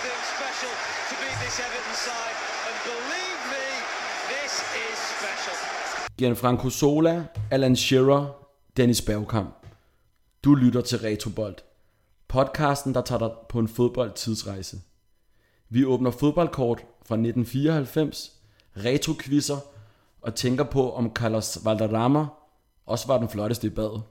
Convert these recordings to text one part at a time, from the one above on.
something special to beat this Everton side, and believe me, this is special. Gianfranco Zola, Alan Shearer, Dennis Bergkamp. Du lytter til Retrobold. Podcasten, der tager dig på en fodboldtidsrejse. Vi åbner fodboldkort fra 1994, retrokvisser og tænker på, om Carlos Valderrama også var den flotteste i badet.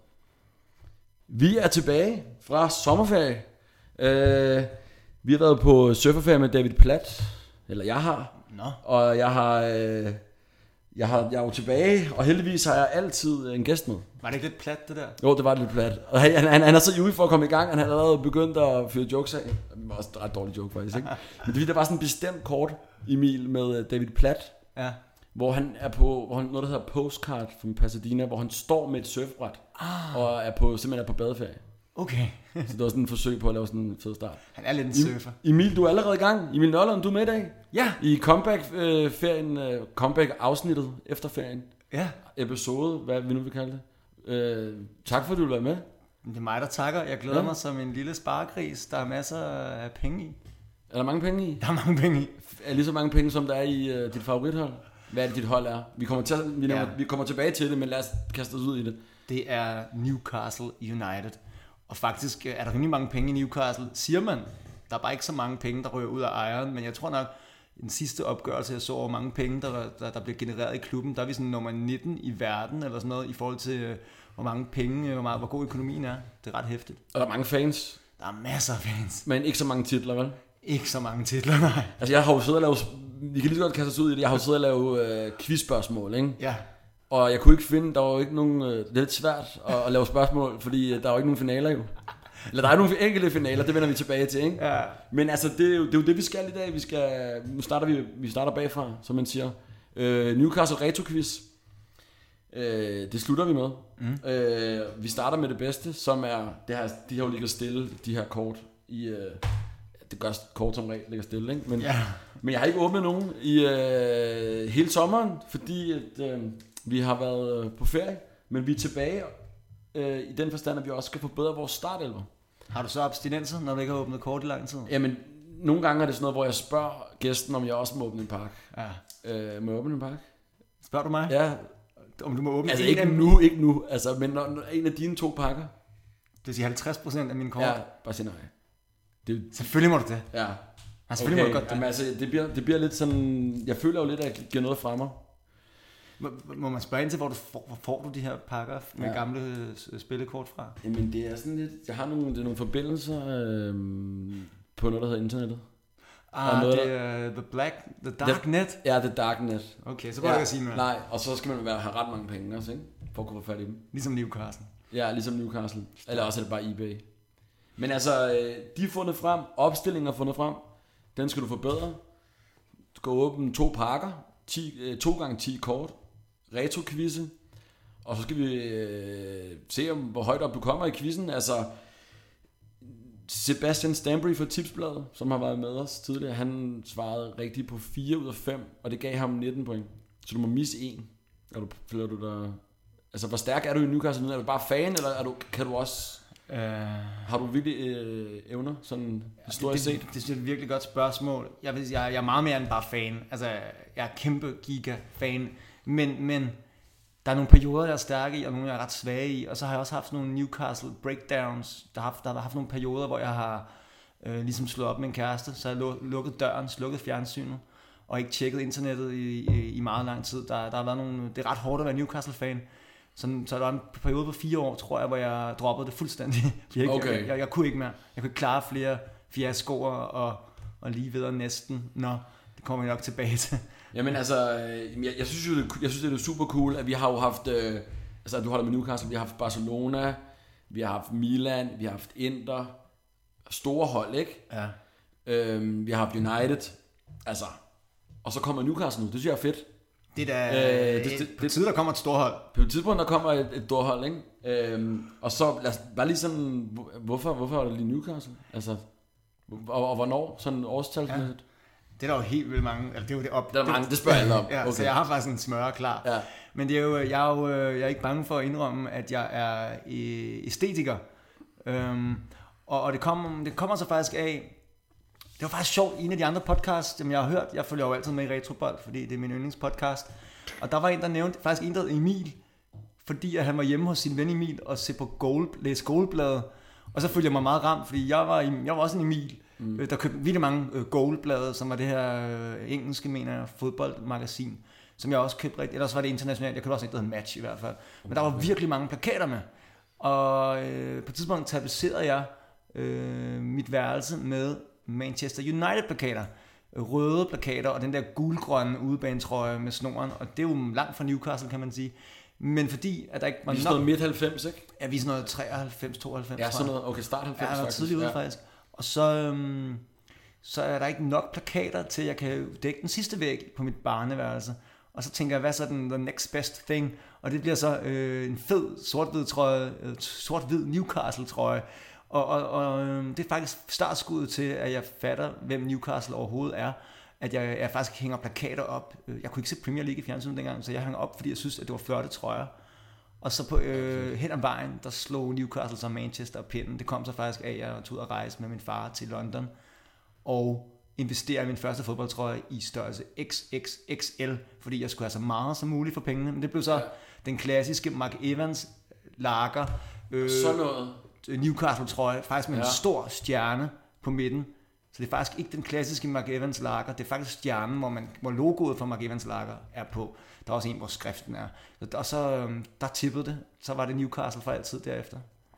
Vi er tilbage fra sommerferie. Vi har været på surferferie med David Platt. Eller jeg har. Og jeg er jo tilbage, og heldigvis har jeg altid en gæst med. Var det ikke lidt plat, det der? Jo, det var lidt plat. Og han er så ivrig for at komme i gang. Han har allerede begyndt at fyre jokes af. Det var også en ret dårlig joke faktisk, ikke? Men det var sådan en bestemt kort, Emil, med David Platt. Ja. Hvor han er på noget, der hedder Postcard fra Pasadena, hvor han står med et surfbræt. Og er simpelthen er på badeferie. Okay. Så det var sådan et forsøg på at lave sådan en fed start. Han er lidt en surfer. Emil, du er allerede i gang. Emil Nørlund, du er med i dag. Ja. I comeback-ferien, comeback-afsnittet efter ferien. Ja. Episode, hvad vi nu vil kalde det. Tak for, at du vil være med. Det er mig, der takker. Jeg glæder mig som en lille sparegris. Der er masser af penge i. Er der mange penge i? Der er mange penge i. Er lige så mange penge, som der er i dit favorithold? Hvad er det, dit hold er? Vi kommer tilbage til det, men lad os kaste os ud i det. Det er Newcastle United. Og faktisk er der rimelig mange penge i Newcastle, siger man. Der er bare ikke så mange penge, der rører ud af ejeren. Men jeg tror nok, den sidste opgørelse, jeg så over mange penge, der bliver genereret i klubben, der er vi sådan nummer 19 i verden, eller sådan noget, i forhold til, hvor mange penge, hvor god økonomien er. Det er ret hæftigt. Og der er mange fans. Der er masser af fans. Men ikke så mange titler, vel? Ikke så mange titler, nej. Altså, jeg har jo siddet og lavet... Vi kan lige så godt kaste os ud i det. Jeg har jo siddet og lavet quizspørgsmål, ikke? Ja. Og jeg kunne ikke finde... Der var jo ikke nogen... Det er lidt svært at lave spørgsmål, fordi der er jo ikke nogen finaler, jo. Eller der er nogle enkelte finaler, det vender vi tilbage til, ikke? Ja. Men altså, det er jo det, vi skal i dag. Nu starter vi starter bagfra, som man siger. Newcastle Retro-quiz. Det slutter vi med. Vi starter med det bedste, som er... de har jo ligget stille, de her kort i... det gør kort som regel ligger stille, ikke? Men jeg har ikke åbnet nogen i hele sommeren, fordi vi har været på ferie. Men vi er tilbage i den forstand, at vi også skal forbedre vores startelver. Har du så abstinenser, når du ikke har åbnet kort i lang tid? Jamen, nogle gange er det sådan noget, hvor jeg spørger gæsten, om jeg også må åbne en pakke. Ja. Må jeg åbne en pakke? Spørger du mig? Ja. Om du må åbne altså en ikke nu. Altså, men når en af dine 2 pakker. Det vil sige 50% af mine kort? Ja, bare sig nej. Selvfølgelig må du det. Ja. Selvfølgelig må du godt det. Jamen, altså, det bliver lidt sådan... Jeg føler jo lidt, at jeg giver noget fra mig. Må man spørge ind til, hvor får du de her pakker med gamle spillekort fra? Jamen, det er sådan lidt... Jeg har nogle forbindelser på noget, der hedder internettet. Det er The Dark Net? Ja, The Dark Net. Okay, så prøver jeg at sige noget. Nej, og så skal man have ret mange penge også, ikke? For at kunne få fat i dem. Ligesom Newcastle. Ja, ligesom Newcastle. Eller også er det bare eBay. Men altså, de er fundet frem, opstillingen er fundet frem, den skal du forbedre. Du skal åbne 2 pakker, 2 gange 10 kort, retro-quizze, og så skal vi se, hvor højt op du kommer i quizzen. Altså, Sebastian Stanbury fra Tipsbladet, som har været med os tidligere, han svarede rigtigt på 4 ud af 5, og det gav ham 19 point. Så du må misse 1. Føler du dig... Altså, hvor stærk er du i Newcastle? Er du bare fan, eller kan du også... Har du virkelig evner, sådan historisk set? Det er et virkelig godt spørgsmål. Jeg er meget mere end bare fan. Altså, jeg er kæmpe giga-fan. Men der er nogle perioder, jeg er stærke i, og nogle, jeg er ret svage i. Og så har jeg også haft nogle Newcastle breakdowns. Der har haft nogle perioder, hvor jeg har ligesom slået op med en kæreste. Så jeg har lukket døren, slukket fjernsynet, og ikke tjekket internettet i meget lang tid. Der har været nogle... Det er ret hårdt at være Newcastle-fan. Så der var en periode på 4 år, tror jeg, hvor jeg droppede det fuldstændig. Jeg kunne ikke mere. Jeg kunne ikke klare flere fiaskoer og lige ved næsten. Det kommer vi nok tilbage til. Jamen altså, jeg synes det er super cool, at vi har jo haft, altså du holder med Newcastle, vi har haft Barcelona, vi har haft Milan, vi har haft Inter, store hold, ikke? Ja. Vi har haft United, altså, og så kommer Newcastle nu, det synes jeg er fedt. Det er på tid, der kommer et storhold. På et tidspunkt, der kommer et storhold, ikke? Og så lad os bare lige sådan, hvorfor er det lige Newcastle? Altså, og hvornår, sådan årstalsmæssigt? Det er der jo helt vildt mange. Altså, det er jo det op. Der er mange, det spørger alle om. Ja, okay. Så jeg har faktisk en smøre klar. Ja. Men det er jo, jeg er ikke bange for at indrømme, at jeg er æstetiker. Og det kommer så faktisk af, Det var faktisk sjovt. En af de andre podcasts, som jeg har hørt, jeg følger jo altid med i Retrobold, fordi det er min yndlingspodcast. Og der var en, der nævnte, faktisk en, der hed Emil, fordi at han var hjemme hos sin ven Emil og læste Goalbladet. Og så følte jeg mig meget ramt, fordi jeg var også en Emil, der købte virkelig mange Goalblade, som var det her engelske, mener jeg, fodboldmagasin, som jeg også købte rigtigt. Ellers var det internationalt. Jeg købte også et, der hed Match i hvert fald. Men der var virkelig mange plakater med. Og på et tidspunkt tapecerede jeg mit værelse med Manchester United-plakater. Røde plakater og den der gulgrønne udebanetrøje med snoren. Og det er jo langt fra Newcastle, kan man sige. Men fordi at der ikke var nok... Vi er sådan noget midt-90, ikke? Ja, vi er sådan noget 93, 92. Ja, sådan noget. Okay, start 90 faktisk. Ja, tidligt ude faktisk. Og så er der ikke nok plakater til, at jeg kan dække den sidste væg på mit barneværelse. Og så tænker jeg, hvad så den the next best thing? Og det bliver så en fed sort-hvid trøje, sort-hvid Newcastle trøje. Og det er faktisk startskuddet til, at jeg fatter, hvem Newcastle overhovedet er. At jeg faktisk hænger plakater op. Jeg kunne ikke se Premier League i fjernsynet dengang, så jeg hænger op, fordi jeg synes, at det var flotte trøjer. Og så på hen ad vejen, der slog Newcastle som Manchester og pinden. Det kom så faktisk af, at jeg tog ud og rejse med min far til London. Og investere i min første fodboldtrøje i størrelse XXXL, fordi jeg skulle have så meget som muligt for pengene. Men det blev så den klassiske Mark Evans lager. Sådan noget. Newcastle-trøje, faktisk med en stor stjerne på midten. Så det er faktisk ikke den klassiske Mark Evans lager, det er faktisk stjernen, hvor logoet for Mark Evans lager er på. Der er også en, hvor skriften er. Og så der tippede det, så var det Newcastle for altid derefter.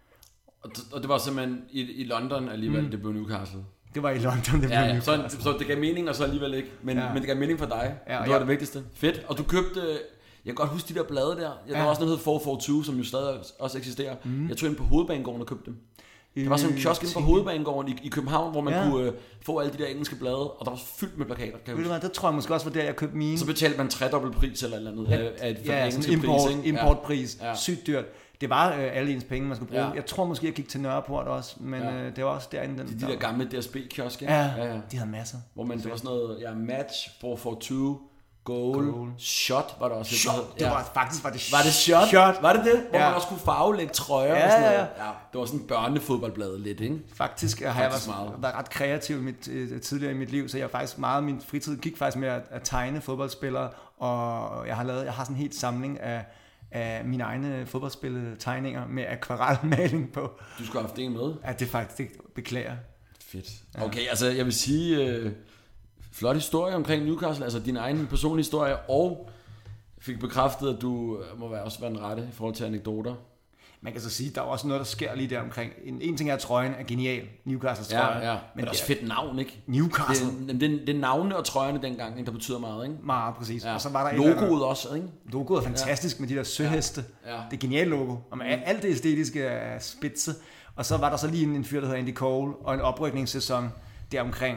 Og det var simpelthen i London alligevel, det blev Newcastle. Det var i London, det blev Newcastle. Så det gav mening, og så alligevel ikke. Men det gav mening for dig, og det var det vigtigste. Fedt. Og du købte... Jeg kan godt huske de der blade der. Der var også noget, der hed 442, som jo stadig også eksisterer. Jeg tog ind på Hovedbanegården og købte dem. Der var sådan en kiosk inde på Hovedbanegården i København, hvor man kunne få alle de der engelske blade, og der var fyldt med plakater. Ved du hvad, det tror jeg måske også var der, jeg købte mine. Så betalte man tredobbelt pris eller andet af et engelske pris. Importpris. Sygt dyrt. Det var alle ens penge, man skulle bruge. Jeg tror måske, jeg gik til Nørreport også, men det var også derinde. De der gamle DSB-kiosker. Ja, de havde masser. Hvor man, det var sådan noget, Match, 442, Goal, Shot var der også. Shot, det var faktisk, var det Shot? Var det det? Hvor man også kunne farvelægge trøjer og sådan noget. Ja. Det var sådan en børnefodboldblad lidt, ikke? Faktisk har jeg været ret kreativ tidligere i mit liv, så jeg faktisk meget af min fritid gik faktisk med at tegne fodboldspillere, og jeg har sådan en helt samling af mine egne fodboldspilletegninger med akvarelmaling på. Du skulle have haft det med? Ja, det er faktisk, det beklager. Fedt. Okay, altså jeg vil sige... flot historie omkring Newcastle, altså din egen personlige historie, og fik bekræftet, at du må også være den rette i forhold til anekdoter. Man kan så sige, at der er også noget, der sker lige der omkring. En ting er, at trøjen er genial. Newcastles trøje. Ja. Men det er også fedt navn, ikke? Newcastle. Det er navnene og trøjerne dengang, ikke, der betyder meget, ikke? Meget præcis. Ja. Og så var der logoet også, ikke? Logoet er fantastisk med de der søheste. Ja. Det er genialt logo. Og med alt det æstetiske er spidse. Og så var der så lige en fyr, der hedder Andy Cole, og en oprykningssæson deromkring.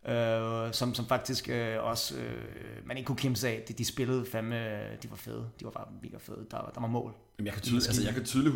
Som faktisk også man ikke kunne kæmpe sig af. De spillede fandme, de var fede. De var bare mega fede. Der var mål. Jamen, jeg kan tydeligt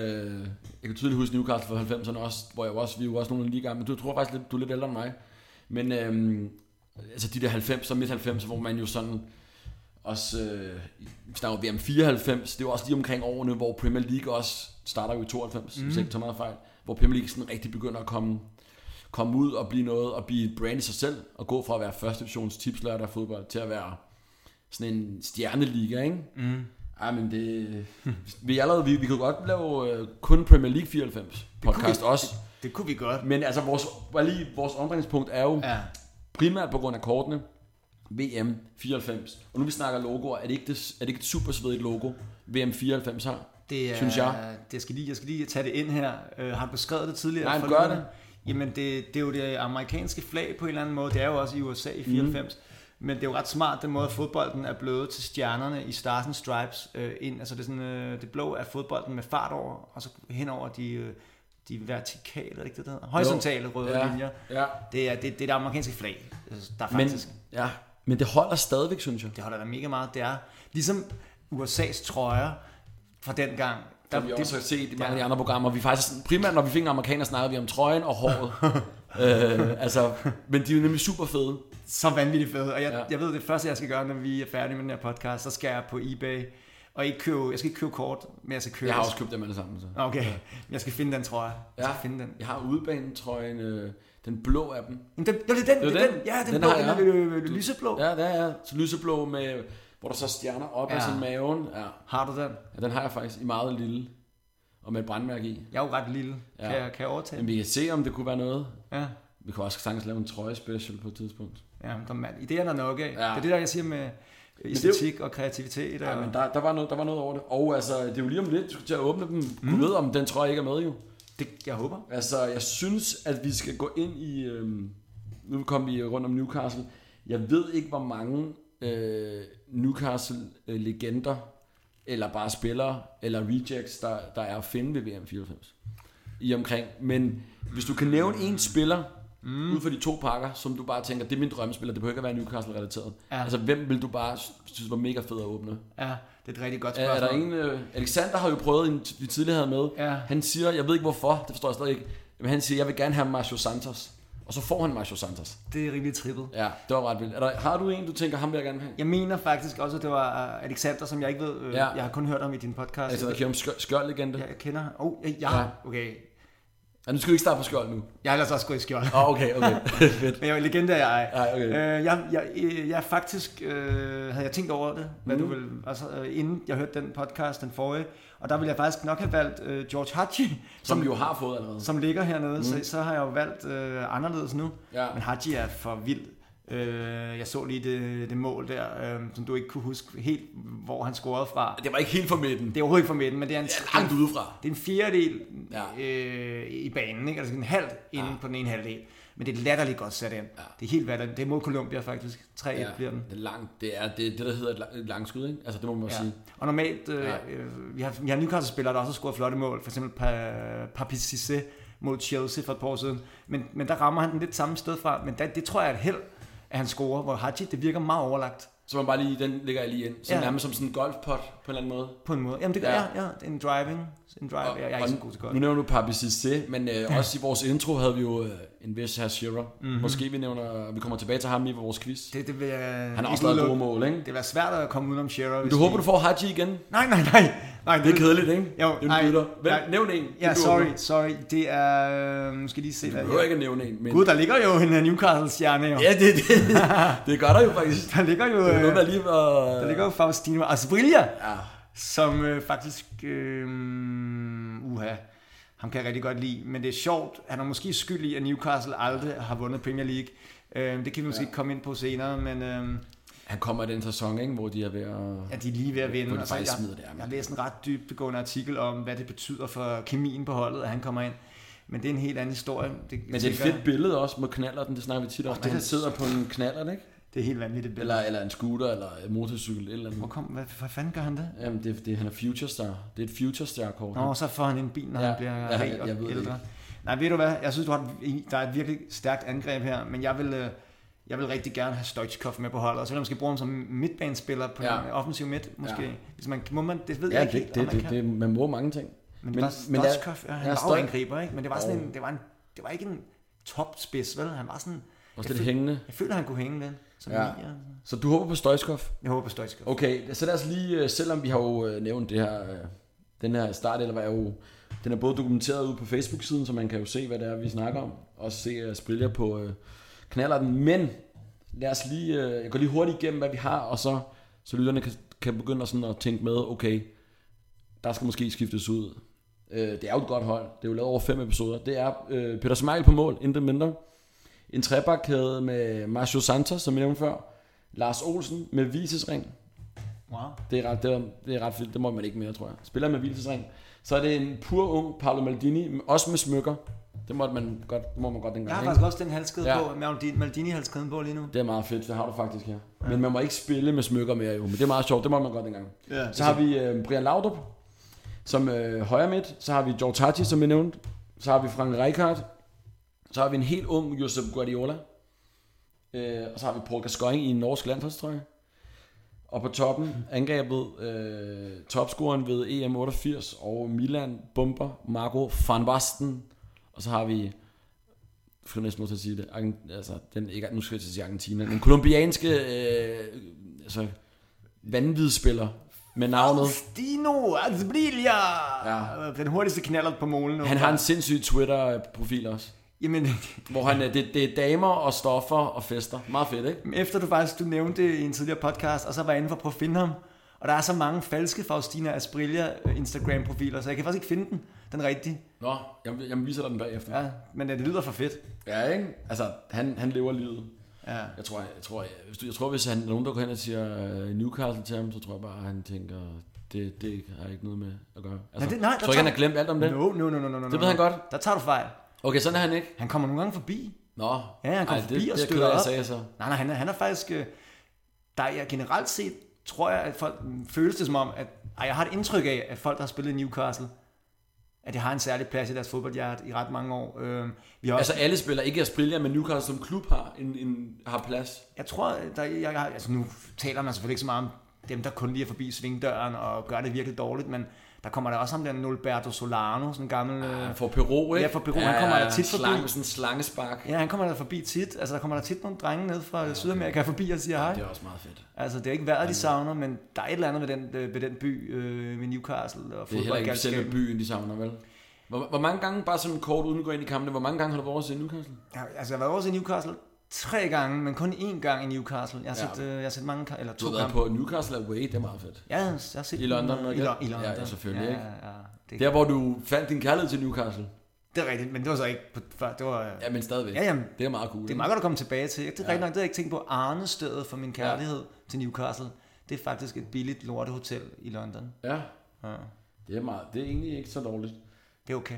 huske Newcastle for 90'erne også, hvor vi var også nogle af de gamle. Du tror faktisk lidt, du er lidt ældre end mig. Men altså de der 90'er, midt 90'er, hvor man jo sådan også vi snakker VM 94. Det var også lige omkring årene, hvor Premier League også starter jo i 92, hvis jeg ikke tager meget fejl, hvor Premier League sådan rigtig begynder at komme ud og blive noget, og blive et brand i sig selv, og gå fra at være første divisions tipslørdag fodbold, til at være sådan en stjerneliga, ikke? Ej, men det... Vi kunne godt lave kun Premier League 94 podcast også. Det kunne vi godt. Men altså, vores omdrejningspunkt er jo primært på grund af kortene, VM 94. Og nu vi snakker logoer, er det ikke et super svedigt logo, VM 94 har? Det er, synes jeg. Jeg skal lige tage det ind her. Har du beskrevet det tidligere? Nej, gør det. Jamen, det er jo det amerikanske flag på en eller anden måde. Det er jo også i USA i 94. Men det er jo ret smart, den måde fodbolden er blevet til stjernerne i Stars and Stripes ind. Altså det er sådan, det blå er fodbolden med fart over, og så hen over de vertikale, ikke det hedder? Horisontale røde linjer. Ja. Det er det amerikanske flag. Der er faktisk... Men det holder stadigvæk, synes jeg. Det holder da mega meget. Det er ligesom USA's trøjer fra den gang. Der vi også har set i mange af de andre programmer. Vi faktisk, primært når vi fik en amerikaner, snakkede vi om trøjen og håret. Men de er jo nemlig super fede. Så vanvittigt fede. Og jeg ved, det første jeg skal gøre, når vi er færdige med den her podcast, så skal jeg på eBay Og jeg skal ikke købe kort, men jeg skal købe... Jeg har også købt dem alle sammen. Så. Okay, jeg skal finde den, tror jeg. Jeg har udebanetrøjen, den blå af dem. Det er den. Ja, den blå, den er lyseblå. Ja, det er så lyseblå med, hvor der så stjerner op af sin maven. Ja. Har du den? Ja, den har jeg faktisk i meget lille. Og med et brandmærke i. Jeg er jo ret lille. Kan jeg overtage? Men vi kan se, om det kunne være noget. Ja. Vi kan også sagtens lave en trøje-special på et tidspunkt. Ja, idéerne er nok af. Ja. Det er det der, jeg siger med æstetik og kreativitet. Ja, men der var noget over det. Og altså, det er jo lige om lidt, du skal til at åbne dem. Du ved, om den trøje ikke er med jo. Det, jeg håber. Altså, jeg synes, at vi skal gå ind i... nu kommer vi rundt om Newcastle. Jeg ved ikke, hvor mange Newcastle-legender, eller bare spillere, eller rejects, der er at finde ved VM 94 i omkring. Men hvis du kan nævne en spiller, ud fra de 2 pakker, som du bare tænker, det er min drømmespiller, det behøver ikke at være Newcastle-relateret. Ja. Altså, hvem vil du bare synes var mega fed at åbne? Ja, det er et rigtig godt spørgsmål. Er der ingen... Alexander har jo prøvet, vi tidligere havde med. Ja. Han siger, jeg ved ikke hvorfor, det forstår jeg stadig ikke, men han siger, jeg vil gerne have Marcio Santos. Og så får han Marcio Santos. Det er rigtig trippet. Ja, det var ret vildt. Har du en, du tænker, ham vil jeg gerne have? Jeg mener faktisk også, at det var Alexander, som jeg ikke ved. Jeg har kun hørt om i din podcast. Altså, der kender om skjold-legende? Jeg kender. Okay. Ja, nu skal du ikke starte på skjold nu. Jeg har ellers også gået i skjold. Okay. Fedt. Men jeg er legende, jeg er. Okay. Jeg faktisk havde jeg tænkt over det, hvad du vil, altså inden jeg hørte den podcast, den forrige, og der ville jeg faktisk nok have valgt George Haji, som vi jo har fået allerede. Som ligger hernede, så har jeg jo valgt anderledes nu. Ja. Men Haji er for vild. Jeg så lige det mål der, som du ikke kunne huske helt, hvor han scorede fra. Det var ikke helt for midten. Det er overhovedet ikke for midten, men det er langt udefra. Det er en fjerdedel i banen, ikke? Altså en halv inde på den ene halvdel. Men det er latterligt godt sat ind. Ja. Det er helt latterligt. Det er mod Colombia faktisk. 3-1 bliver den. Det er langt. Det er det der hedder et langskud, ikke? Altså det må man også sige. Og normalt, vi har Newcastle-spillere, der også har scoret flotte mål. For eksempel Papi Cissé mod Chelsea for et par år siden. Men der rammer han den lidt samme sted fra. Men det tror jeg er et held, at han scorer. Hvor Haji, det virker meget overlagt. Så man bare lige, den ligger jeg lige ind. Så nærmest som sådan en golfpot på en eller anden måde. På en måde. Jamen det gør en driving. Jeg er ikke så god til golf. Nu nævner du Papi Cissé, men også i vores intro havde vi jo en vis her Shearer. Måske vi kommer tilbage til ham i vores quiz. Det vil jeg... Han har også lavet gode mål, ikke? Det vil være svært at komme udenom Shearer. Men du håber, du får Haji igen? Nej. Det er kedeligt, ikke? Jo, nævn en. Ja, sorry. Det er... Nu skal lige se, hvad jeg... Du behøver ikke at nævne en, men... Gud, der ligger jo en Newcastle-stjerne, jo. Ja, det gør der jo faktisk. Der ligger jo... Der ligger jo Faustino Asprilla, som faktisk... ham kan jeg rigtig godt lide, men det er sjovt. Han er måske skyld i, at Newcastle aldrig har vundet Premier League. Det kan vi måske ikke komme ind på senere, men... Han kommer i den sæson, ikke, hvor de er ved at... Ja, de er lige ved at vinde. Altså, jeg har læst en ret dybdegående artikel om, hvad det betyder for kemien på holdet, at han kommer ind. Men det er en helt anden historie. Men det er et fedt billede også med knallerten, det snakker vi tit om. Han sidder på en knallert, ikke? Det er helt vanvittigt billede. Eller en scooter, eller en motorcykel, eller andet. Hvad fanden gør han det? Jamen, han er Future Star. Det er et Future Star-kort. Nå, så får han en bil, når han bliver rig og ældre. Nej, ved du hvad? Jeg synes, der er et virkelig stærkt angreb her, men jeg vil rigtig gerne have Stoichkov med på holdet, og så vil jeg måske bruge ham som midtbanespiller på en offensiv midt, måske. Ja. Hvis man, det ved jeg ikke. Man må mange ting. Men Stoichkov, han var jo angriber, ikke? Men det var sådan det var ikke en topspids, vel? Han var sådan... lidt hængende. Jeg føler, han kunne hænge den. Så du håber på Stoichkov? Jeg håber på Stoichkov. Okay, så lad os lige, selvom vi har jo nævnt det her, den her start, eller den er både dokumenteret ude på Facebook-siden, så man kan jo se, hvad det er, vi snakker om, og se Asprilla på knallerten, men lad os lige, jeg går lige hurtigt igennem, hvad vi har, og så lytterne kan begynde sådan at tænke med, okay, der skal måske skiftes ud. Det er jo et godt hold, det er jo lavet over 5 episoder, det er Peter Schmeichel på mål, intet mindre. En trebakkæde med Marcio Santos, som jeg nævnte før. Lars Olsen med hvilesesring. Wow. Det er ret fedt, det må man ikke mere, tror jeg. Spiller med hvilesesring. Så er det en pur ung Paolo Maldini, også med smykker. Det må man godt dengang. Jeg har faktisk også den halskæde på, med Maldini-halskæden på lige nu. Det er meget fedt, det har du faktisk her. Ja. Men man må ikke spille med smykker mere jo, men det er meget sjovt, det må man godt dengang. Ja, så har vi Brian Laudrup som højre midt. Så har vi George Haji, som vi nævnte. Så har vi Frank Rijkaard. Så har vi en helt ung Josep Guardiola. Og så har vi Paul Gascoigne i en norsk landsholdstrøje. Og på toppen angrebet topscoren ved EM 88 og Milan bomber Marco van Basten. Og så har vi, jeg næsten må sige det, nu skal jeg sige Argentina, den kolumbianske vanvidsspiller med navnet. Faustino Asprilla. Ja. Den hurtigste knallert på målen. Han har en sindssyg Twitter-profil også. Jamen, Hvor det er damer og stoffer og fester. Meget fedt, ikke? efter du nævnte det i en tidligere podcast, og så var jeg inde for at prøve at finde ham. Og der er så mange falske Faustino Asprilla Instagram-profiler, så jeg kan faktisk ikke finde den rigtige. Nå, jeg viser dig den bagefter. Ja, men det lyder for fedt. Ja, ikke? Altså, han lever livet. Ja. Jeg tror, hvis han nogen, der går hen og siger Newcastle til ham, så tror jeg bare, at han tænker, det har ikke noget med at gøre. Altså, nej, tror ikke, han har glemt alt om det? No. Det ved han godt. Der tager du fejl. Okay, sådan er han ikke. Han kommer nogle gange forbi. Nå. Ja, han kommer forbi og støtter op. op. Sagde så. Nej, han er faktisk... Der er generelt set, tror jeg, at folk føles det som om, at jeg har et indtryk af, at folk, der har spillet i Newcastle, at det har en særlig plads i deres fodboldhjerte i ret mange år. Vi har også, altså alle spiller, ikke Asprilla, men Newcastle som klub har plads. Jeg tror, altså nu taler man selvfølgelig ikke så meget om dem, der kun lige er forbi svingdøren og gør det virkelig dårligt, men der kommer der også ham der Norberto Solano, sådan en gammel... For Peru, ikke? Ja, for Peru. Han kommer der tit forbi. Sådan en slangespark. Ja, han kommer der forbi tit. Altså, der kommer der tit nogle drenge ned fra Sydamerika forbi og siger hej. Det er også meget fedt. Altså, det er ikke værd, de savner, men der er et eller andet ved den by, ved Newcastle og fodboldgalskab. Det er heller ikke selve byen, de savner, vel? Hvor mange gange, bare sådan kort uden at gå ind i kampene, hvor mange gange har du været over i Newcastle? Ja, altså, jeg har været over i Newcastle 3 gange, men kun 1 gang i Newcastle. Jeg har set mange, eller 2 gange. Du har været på Newcastle Away, det er meget fedt. Ja, jeg har set i London. I London. Ja, selvfølgelig, ikke? Ja. Der, hvor du fandt din kærlighed til Newcastle. Det er rigtigt, men det var så ikke før. Det var, ja, men stadigvæk. Ja, jamen, det er meget cool. Det er meget godt at komme tilbage til. Det er rigtigt nok, det har jeg ikke tænkt på. Arnestedet for min kærlighed til Newcastle. Det er faktisk et billigt lortehotel i London. Ja. Det er egentlig ikke så dårligt. Det er okay.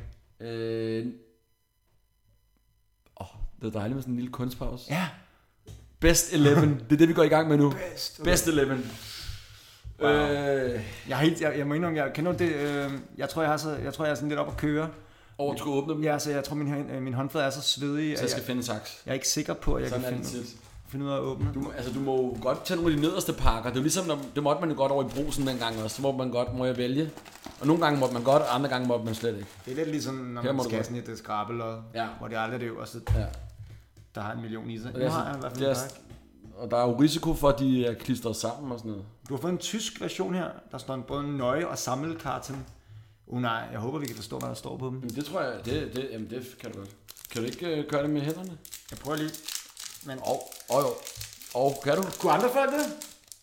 Det er dejligt med sådan en lille kunstpause. Ja. Best 11. Det er det, vi går i gang med nu. Best 11. Wow. Jeg må indrømme, jeg kender det. Jeg tror, jeg er sådan lidt op at køre. Du skal åbne dem? Ja, så jeg tror, min håndflade er så svedig. Så jeg skal finde en saks. Jeg er ikke sikker på, at jeg sådan kan finde ud af at åbne. Du må godt tage nogle af de nederste pakker. Det er jo ligesom, det måtte man jo godt over i Brugsen dengang også. Så må jeg vælge. Og nogle gange måtte man godt, og andre gange måtte man slet ikke. Det er lidt ligesom, når man skal sådan et skrabelod, hvor det aldrig er det øverste, der har 1 million i sig. Nu har jeg i hvert fald og der er jo risiko for, at de er klistret sammen og sådan noget. Du har fået en tysk version her. Der står både nøje og sammelkarten. Nej, jeg håber, vi kan forstå, hvad der står på dem. Det tror jeg, det kan du godt. Kan du ikke gøre det med hænderne? Jeg prøver lige. Men... kan du? Kunne andre folk det?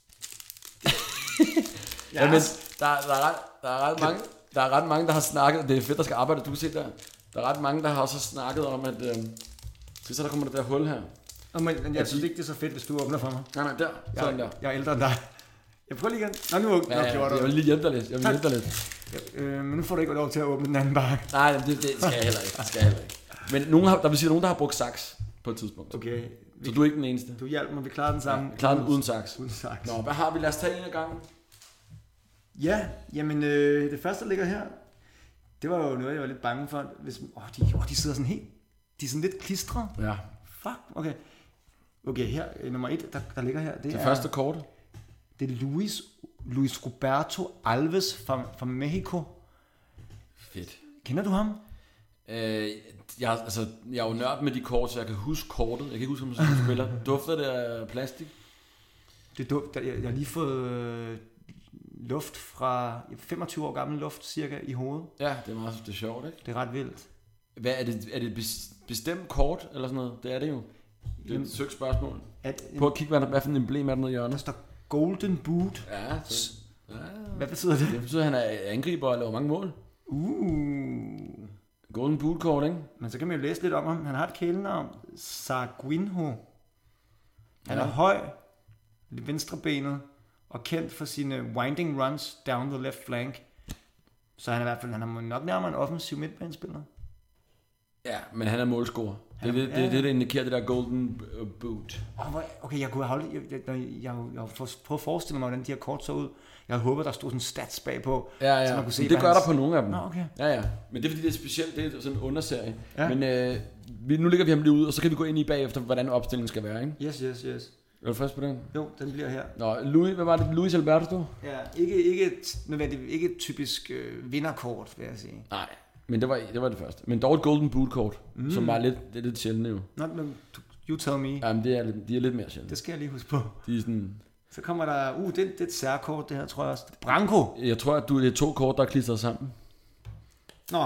Jamen, der er ret mange, der har snakket. Det er fedt, der skal arbejde, du kan se der. Der er ret mange, der har også snakket om, at så der kommer der hul her. Men jeg synes ikke, det er så fedt, hvis du åbner for mig. Nej, der. Sådan der. Jeg er ældre end dig. Jeg prøver lige igen. Nå, nu åbner jeg vil lige hjælpe dig lidt. Men nu får du ikke lov til at åbne den anden bakke. Nej, det skal jeg heller ikke. Men der vil sige, nogen, der har brugt saks på et tidspunkt. Okay. Så du er ikke den eneste. Du hjælper mig, vi klarer den sammen. Ja, klarer den uden saks. Nå, hvad har vi? Lad os tage en af gangen. Ja, jamen det første, der ligger her, det var jo noget, jeg var lidt bange for. Hvis, de sidder sådan helt, de er sådan lidt klistret. Ja. Fuck, okay, her, nummer 1, der ligger her. Det første kort. Det er Luis Roberto Alves fra Mexico. Fedt. Kender du ham? Jeg er jo nørd med de kort, så jeg kan huske kortet. Jeg kan ikke huske, om man spiller. Dufter det af plastik? Jeg har lige fået luft fra 25 år gammel luft cirka i hovedet. Ja, det er sjovt, ikke? Det er ret vildt. Hvad er det? Er det et bestemt kort eller sådan noget? Det er det jo. Det er et søgt spørgsmål. Prøv at kigge, hvad for en emblem er der nede i hjørnet. Der står Golden Boot. Ja. Hvad betyder det? Det betyder, at han er angriber og laver mange mål. Golden Boot kort, ikke? Men så kan man jo læse lidt om ham. Han har et kælenavn. Sarguinho. Han er høj, venstrebenet og kendt for sine winding runs down the left flank. Så han er i hvert fald, han er nok nærmere en offensiv midtbanespiller. Ja, men han er målscorer. Det er det, der indikerer det der Golden Boot. Okay, jeg har prøvet at forestille mig, hvordan de her kort så ud. Jeg håber, der stod sådan stats bagpå. Ja. Så man kunne se, det gør der på nogle af dem. Okay. Ja. Men det er fordi, det er specielt. Det er sådan en underserie. Ja. Men nu ligger vi ham lige ud, og så kan vi gå ind i bagefter, hvordan opstillingen skal være, ikke? Yes. Er du frisk på den? Jo, den bliver her. Nå, hvad var det? Luis Alberto? Ja, ikke et typisk vinderkort, vil jeg sige. Nej, men det var det første. Men dog et Golden Boot-kort, som var lidt sjældent jo. You tell me. Jamen, de er lidt mere sjældent. Det skal jeg lige huske på. De er sådan... Så kommer der, det er et særkort, det her, tror jeg også. Branko. Jeg tror, at det er 2 kort, der er klistret sammen. Nå.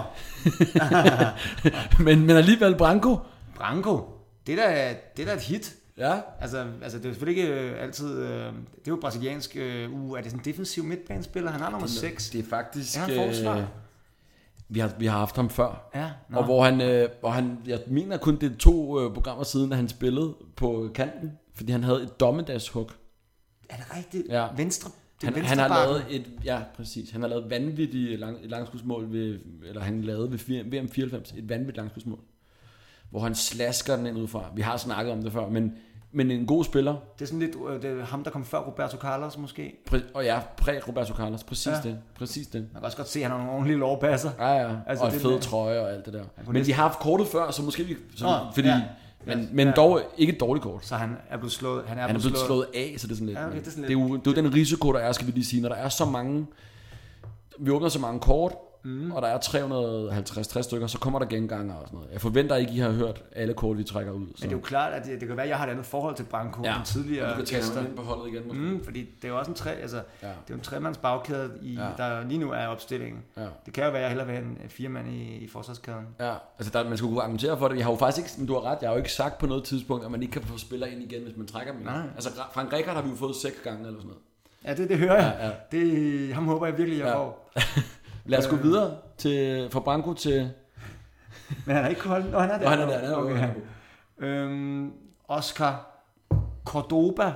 men alligevel Branko. Branko. Det er da et hit. Ja. Altså det er selvfølgelig ikke altid... det er jo brasiliansk... er det sådan en defensiv midtbanespiller? Han har nummer 6. Det er faktisk... Er han forsvar? Vi har haft ham før. Ja. Og hvor han... Jeg mener kun, det er 2 programmer siden, at han spillede på kanten. Fordi han havde et dommedagshug. Er det rigtigt? Ja. Venstre... Han har lavet præcis. Han har lavet vanvittigt langskudsmål eller han lavede ved VM 94 et vanvittigt langskudsmål, hvor han slasker den ind udefra. Vi har snakket om det før, men en god spiller. Det er sådan lidt det er ham der kom før Roberto Carlos måske. Roberto Carlos, præcis det. Man kan også godt se at han har nogle ordentlige lovpasser. Ja. Altså, og en fed trøje og alt det der. Men de har haft kortet før, så måske men dog ikke et dårligt kort. Så han er blevet slået. Han er blevet slået af, så det er sådan lidt. Ja, okay, det er jo den risiko der er, skal vi lige sige, når der er så mange. Vi åbner så mange kort, og der er 350-60 stykker, så kommer der genganger og sådan noget. Jeg forventer ikke, I har hørt alle kort, vi trækker ud. Så. Men det er jo klart, at det kan være, at jeg har et andet forhold til Branko end tidligere gæster. På holdet igen, måske. Fordi det er jo også det er jo en tremands bagkæde, der lige nu er opstillingen. Ja. Det kan jo være, at jeg hellere vil have en 4-mand i forsvarskæden. Ja, altså man skulle kunne argumentere for det. Jeg har jo faktisk ikke, men du har ret, jeg har jo ikke sagt på noget tidspunkt, at man ikke kan få spillere ind igen, hvis man trækker dem. Altså Frank Rijkaard har vi jo fået 6 gange eller sådan noget. Ja, det hører jeg. Ja. Ham håber jeg virkelig, jeg får. Lad os gå videre fra Branko til... Men han har ikke holdt... han er der. Han er der. Okay. Oscar Cordoba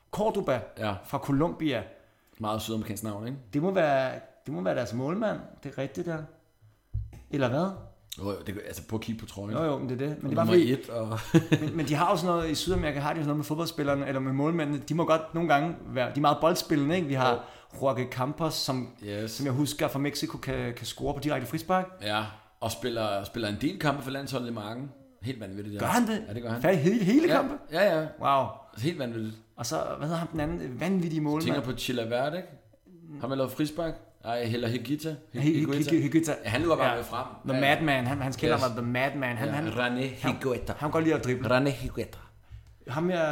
fra Colombia. Meget sydamerikansk navn, ikke? Det må være deres målmand. Det er rigtigt der. Eller hvad? Jo, det altså på at kigge på trøjen. Jo, men det er det. Men det var fordi, 1 og... men de har jo sådan noget i Sydamerika, har de sådan noget med fodboldspillerne eller med målmændene. De må godt nogle gange være, de er meget boldspillende, ikke? Vi har Jorge Campos, som jeg husker fra Mexico kan score på direkte frispark. Ja, og spiller en del kampe for landsholdet i marken. Helt vanvittigt. Gør han det? Ja, det gør han. Hele kampe? Ja. Wow. Helt vanvittigt. Og så, hvad hedder ham den anden vanvittige målmand? Tænker på Chilavert, ikke? Har man lavet frispark? Nej, heller Higuita. Higuita. Ja, han løber bare med frem. The Madman. Hans kælder var The Madman. René Higuita. Han går lige at drible. René Higuita. Ham her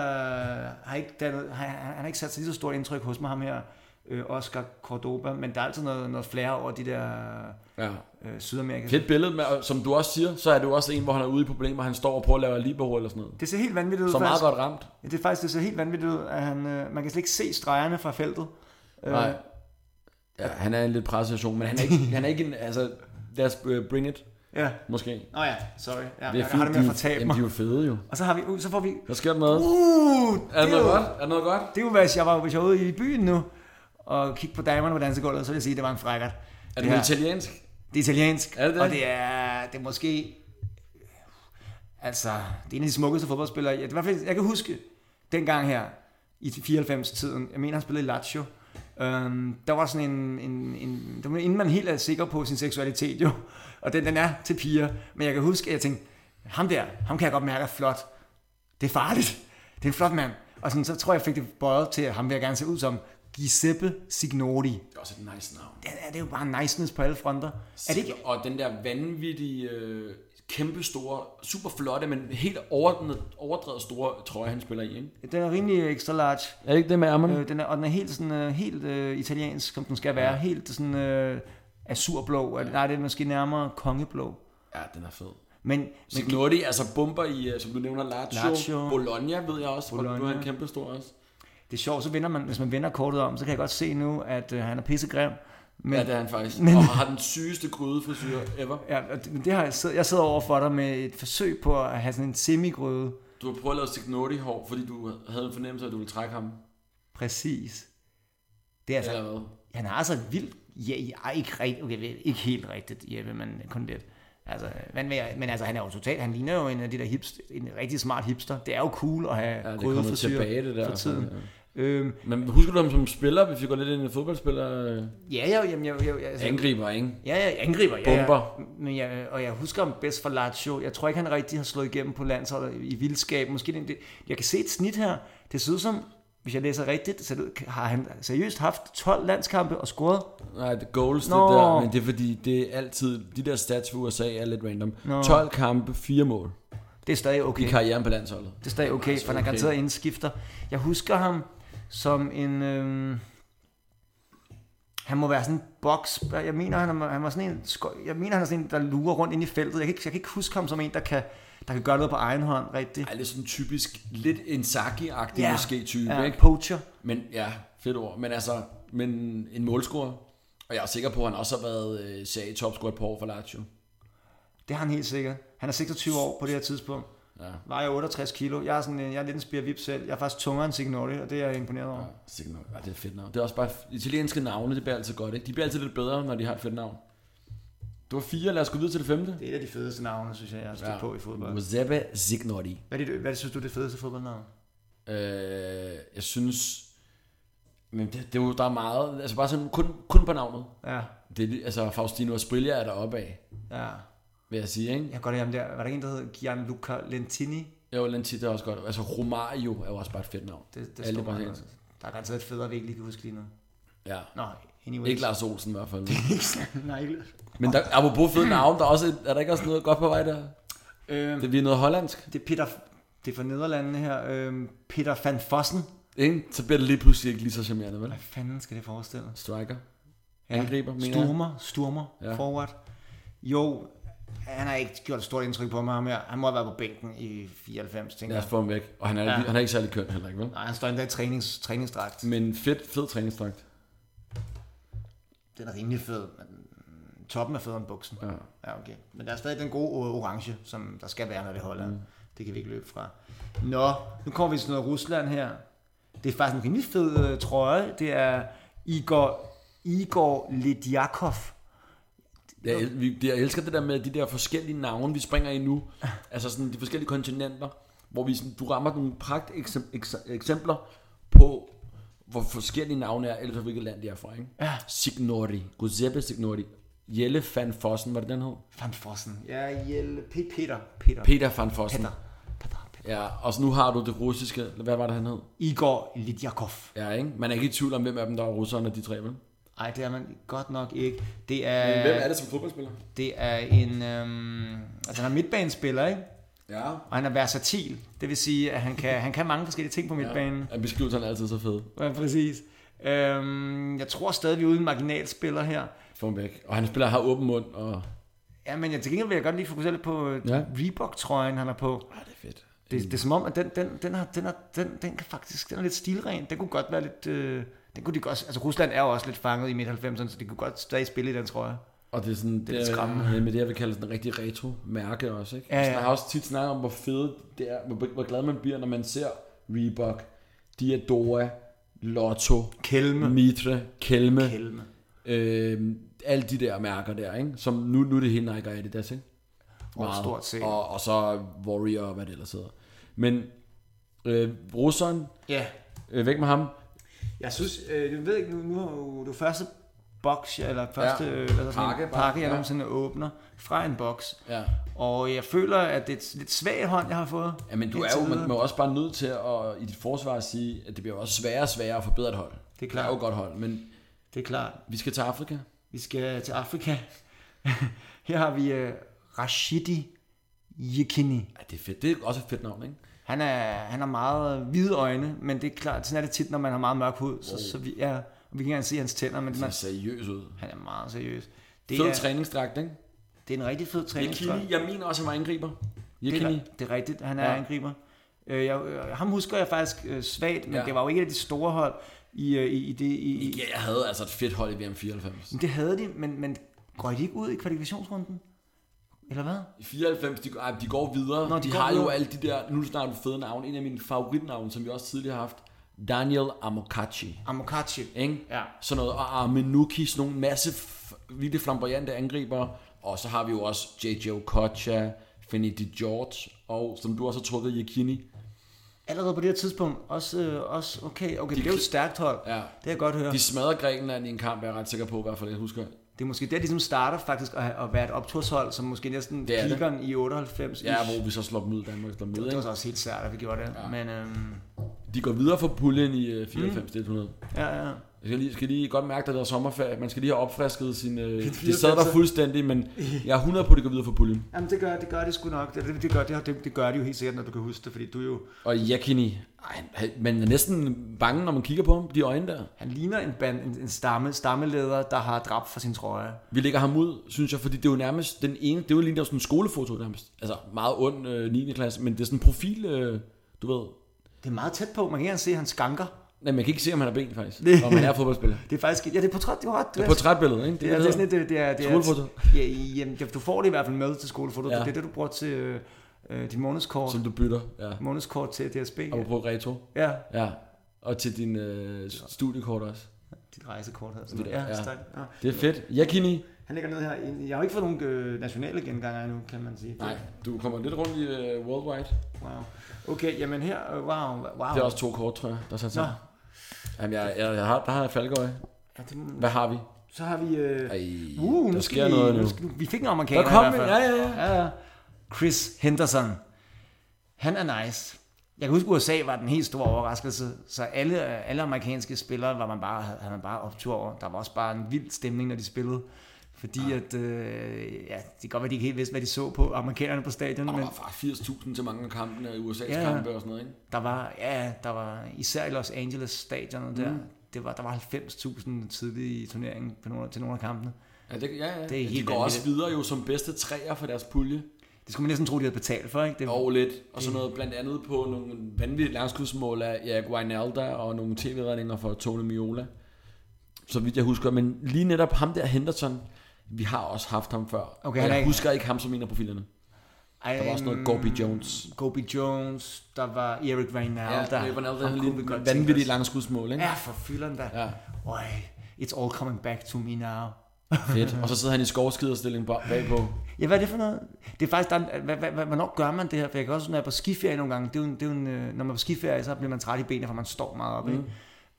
han har ikke sat så lige så stort indtryk hos mig, ham her Oscar Cordoba, men der er altid noget flere over de der Sydamerika. Fedt billede, med, som du også siger, så er det jo også en, hvor han er ude i problemer, han står og prøver at lave libero eller sådan noget. Det ser helt vanvittigt ud. Så meget godt ramt. Ja, det ser helt vanvittigt ud, at man kan slet ikke se stregerne fra feltet. Nej. Ja, han er en lidt prestation, men han er ikke en, altså, lad os bring it. Ja. Måske. Ja, sorry. Ja, det er fint, har det med at fortabe mig. Jamen, de er jo fede jo. Og så får vi... Der sker der noget. Er det noget godt? Det er jo, hvis jeg var ude i byen nu, og kigge på damerne på dansegulvet, så vil jeg sige, at det var en frækkert. Er det italiensk? Det er italiensk. Er det? Og det er måske... Altså, det er en af de smukkeste fodboldspillere. Det var i hvert fald, jeg kan huske dengang her, i 94-tiden, jeg mener, han spillede i Lazio. Der var sådan en der var, inden man helt er sikker på sin seksualitet jo, og den er til piger, men jeg kan huske, at jeg tænkte, ham kan jeg godt mærke er flot, det er farligt, det er en flot mand, og sådan, så tror jeg fik det bøjet til, at ham vil jeg gerne se ud som Giuseppe Signori. Det er også et nice navn. Det er jo bare niceness på alle fronter. Er det ikke? Og den der vanvittige, kæmpe store, super flotte, men helt overdrevet store trøje, han spiller i, ikke? Den er rimelig extra large. Er det ikke det med ærmerne? Den er helt sådan helt italiensk, som den skal være. Helt sådan azurblå. Nej, det er måske nærmere kongeblå. Ja, den er fed. Men Signori, altså bomber i, som du nævner, Lazio. Bologna ved jeg også, hvor du er en kæmpe stor også. Det er sjovt, så hvis man vender kortet om, så kan jeg godt se nu, at han er pissegrim. Men, ja, det er han faktisk. Og har den sygeste grydefrisyr ever. Ja, det har jeg sidder over for dig med et forsøg på at have sådan en semigryde. Du har prøvet at lave Signori-hår, fordi du havde en fornemmelse af, at du ville trække ham. Præcis. Det er altså... Han har altså vildt... Ja, ikke helt rigtigt, Jeppe, men kun lidt. Altså, men altså, han er jo totalt... Han ligner jo en af de der en rigtig smart hipster. Det er jo cool at have grydefrisyr for tiden. Men husker du ham som spiller, hvis vi går lidt ind i fodboldspiller? Ja, altså, angriber, ikke? Ja, angriber, ja. Bomber. Men jeg husker ham bedst fra Lazio. Jeg tror ikke, han rigtig har slået igennem på landsholdet i vildskab. Måske jeg kan se et snit her. Det ser ud som, hvis jeg læser rigtigt, så har han seriøst haft 12 landskampe og scoret. Nej, det goals, det der, men det er fordi, det er altid, de der stats for USA er lidt random. 12 kampe, 4 mål. Det er stadig okay. I karrieren på landsholdet. Det er stadig okay, for han er garanteret indskifter. Jeg husker ham som en... han må være sådan en boks. Jeg mener, han er sådan en, der lurer rundt ind i feltet. Jeg kan ikke huske ham som en, der kan gøre noget på egen hånd, rigtigt. Ej, det er sådan typisk, lidt Inzaghi-agtig måske type, ikke? Poacher. Men ja, fedt ord. Men en målscorer. Og jeg er sikker på, at han også har været serie-topscorer et par år for Lazio. Det har han helt sikkert. Han er 26 år på det her tidspunkt. Ja. Vejer 68 kilo. Jeg er lidt en spirvip selv. Jeg er faktisk tungere end Signori, og det er jeg imponeret over. Ja, Signori. Ja, det er fedt navn. Det er også bare italienske navne, det bliver altid godt, ikke? De bliver altid lidt bedre, når de har et fedt navn. Det var 4, lad os gå videre til det 5. Det er et af de fedeste navne, synes jeg har stået på i fodbold. Giuseppe Signori. Hvad synes du er det fedeste fodboldnavn? Jeg synes... Men det er jo, der er meget... Altså bare sådan, kun på navnet. Ja. Det er, altså Faustino Asprilla er der oppe af. Ja. Vil jeg sige, ikke? Jeg kan godt lide ham der. Var der en, der hedder Gianluca Lentini? Jo, Lentini er også godt. Altså Romario er jo også bare et fedt navn. Det står meget. Der er garanteret et federe, vi ikke lige kan huske lige nu. Ja. Nå, anyways. Ikke Lars Olsen i hvert fald. Nej, men der, apropos fede navn, der er, også er der ikke også noget godt på vej der? Det er noget hollandsk. Det er fra Nederlandene her. Peter van Vossen. Ikke? Så bliver det lige pludselig ikke lige så charmerende, vel? Hvad fanden skal det forestille? Striker. Ja. Angriber, mener Sturmer, ja. Forward. Jo, han har ikke gjort et stort indtryk på mig. Han må have været på bænken i 94, tænker jeg. Lad os få ham væk. Og han er ikke særlig køn heller, ikke vel? Nej, han står endda i træningsdragt. Men fed træningsdragt. Den er rimelig fed, men toppen er federe end buksen. Ja, okay. Men der er stadig den gode orange, som der skal være, når det holder. Det kan vi ikke løbe fra. Nå, nu kommer vi til noget Rusland her. Det er faktisk en rimelig fed trøje. Det er Igor Ledyakov. Jeg elsker det der med de der forskellige navne, vi springer i nu. Altså sådan de forskellige kontinenter, hvor vi sådan, du rammer nogle eksempler på, hvor forskellige navne er, eller hvilket land de er fra, ikke? Ja. Signori, Giuseppe Signori, Jelle van Vossen, var det den hed? Van Vossen, ja, Jelle, Peter van Vossen. Peter. Ja, og så nu har du det russiske, hvad var det han hed? Igor Ledyakov. Ja, ikke? Man er ikke i tvivl om, hvem af dem, der er russerne, de tre, vel? Nej, det er man godt nok ikke. Det er... Men hvem er det som fodboldspiller? Det er en... altså han er midtbanespiller, ikke? Ja. Og han er versatil. Det vil sige, at han kan mange forskellige ting på midtbanen. Ja, beskrivelsen er altid så fed. Ja, præcis. Jeg tror stadig, vi er uden marginalspiller her. Få ham væk. Og han spiller har åben mund. Og... Ja, men til gengæld vil jeg godt lige fokusere lidt på Reebok-trøjen, han er på. Ja, det er fedt. Det er som om, at den kan faktisk... Den er lidt stilren. Den kunne godt være lidt... Den kunne de godt, altså Rusland er jo også lidt fanget i midt-90'erne, så de kunne godt stadig spille i den trøje. Og det er sådan, det er skræmmende. Med det, jeg vil kalde sådan en rigtig retro-mærke også, ikke? Ja, ja. Jeg har også tit snakket om, hvor fedt det er, hvor glad man bliver, når man ser Reebok, Diadora, Lotto, Kelme. Mitre, Kelme. Alle de der mærker der, ikke? Som nu er det hele Nike og Adidas, ikke? Stort set. Og så Warrior og hvad det ellers hedder. Men russeren, væk med ham. Jeg synes, jeg ved ikke, nu har du første boks, eller første pakke, jeg nogensinde åbner fra en boks. Ja. Og jeg føler, at det er et lidt svagt hånd, jeg har fået. Ja, men man er også bare nødt til at i dit forsvar sige, at det bliver også sværere og sværere at forbedre et hold. Det er klart. Det er jo godt hold, men det er klart. Vi skal til Afrika. Her har vi Rashidi Yekini. Ja, det er fedt. Det er også et fedt navn, ikke? Han har meget hvide øjne, men det er klart, sådan er det tit, når man har meget mørk hud. Så vi kan ikke engang se hans tænder. Men han ser seriøs ud. Han er meget seriøs. Fed træningsdragt, ikke? Det er en rigtig fed træningsdragt. Jeg mener også, at han var angriber. Det er rigtigt, han er angriber. Ham husker jeg faktisk svagt, men det var jo ikke af de store hold i det. Jeg havde altså et fedt hold i VM 94. Det havde de, men går de ikke ud i kvalifikationsrunden? Eller hvad? I 94, de går videre. De har jo alle de der, nu snakker du fede navne. En af mine favoritnavne, som vi også tidligere har haft, Daniel Amokachi. Ikke? Ja. Sådan noget. Og Armenuki, sådan nogle masse virkelig flamboyante angriber. Og så har vi jo også J.J. Okocha, Finidi George, og som du også har trukket, Yekini. Allerede på det her tidspunkt, også okay, det er jo et stærkt hold. Ja. Det kan jeg godt høre. De smadrer Grækenland i en kamp, jeg er ret sikker på, i hvert fald, jeg husker. Det er måske der, de ligesom starter faktisk at være et opturshold, som måske næsten peakeren i 98. Ja, hvor vi så slår dem ud i Danmark. Det var så også helt svært, at vi gjorde det. Ja. Men De går videre for puljen i 94-100. Ja. Jeg skal lige godt mærke, at der er sommerferie. Man skal lige have opfrisket sin... de sad der fuldstændig, men jeg er 100 på, at de går videre for puljen. Jamen, det gør det sgu nok. Det gør de jo helt sikkert, når du kan huske det, fordi du jo... Og Iachini, man er næsten bange, når man kigger på ham, de øjne der. Han ligner en stammeleder, der har dræbt for sin trøje. Vi lægger ham ud, synes jeg, fordi det er jo nærmest den ene... Det er jo lige sådan en skolefoto nærmest. Altså, meget ond 9. klasse, men det er sådan en profil, du ved... Det er meget tæt på. Man kan ikke se hans skanker. Nej, man kan ikke se, om han er ben, faktisk. Om han er fodboldspiller. Det er faktisk... Ja, det er portræt. Det er ret. Det er portrætbilledet, ikke? Det er sådan et... Skolefoto. Jamen, du får det i hvert fald med til skolefoto. Ja. Det er det, du bruger til dit månedskort. Som du bytter, ja. Månedskort til DSB. Og på retro. Ja. Ja. Og til din studiekort også. Dit rejsekort. Altså. Ja. Det er fedt. Iachini. Han ligger nede her. Jeg har ikke fået nogen nationale genganger endnu, kan man sige. Nej, du kommer lidt rundt i worldwide. Wow. Okay, jamen her, wow. Det er også 2 kort, tror jeg, der sat sig. Jamen, der har jeg Falkeøje. Ja, hvad har vi? Så har vi... der sker noget nu. Vi fik en amerikaner der kom i hvert fald. Ja. Chris Henderson. Han er nice. Jeg kan huske, USA var den helt store overraskelse, så alle amerikanske spillere havde man bare optur over. Der var også bare en vild stemning, når de spillede. Fordi at, det kan godt være, de ikke helt vidste, hvad de så på amerikanerne på stadion. Der var faktisk 80.000 til mange af kampene i USA's kampe og sådan noget, ikke? Der var især i Los Angeles stadionet der. Der var 90.000 tidligt i turneringen til nogle af kampene. Ja, det er helt de går også videre jo som bedste træer for deres pulje. Det skulle man næsten tro, de havde betalt for, ikke? Lidt. Og så noget blandt andet på nogle vanvittige langskudsmål af Erik Wijnaldum og nogle tv-redninger for Tony Miola. Så vidt jeg husker. Men lige netop ham der, Henderson, vi har også haft ham før. Okay, jeg husker ikke ham som en af profilerne. Der var også noget Gobi Jones. Der var Erik Wijnaldum. Ja, Erik Wijnaldum havde lige vanvittige langskudsmål, ikke? Ja, for fylden da. Ja. It's all coming back to me now. Fedt. Og så sidder han i skovskiderstilling bagpå. Ja, hvad er det for noget? Det er faktisk, hvornår gør man det her? For jeg kan også, når jeg er på skiferie nogle gange, når man er på skiferie, så bliver man træt i benene, for man står meget op, ikke?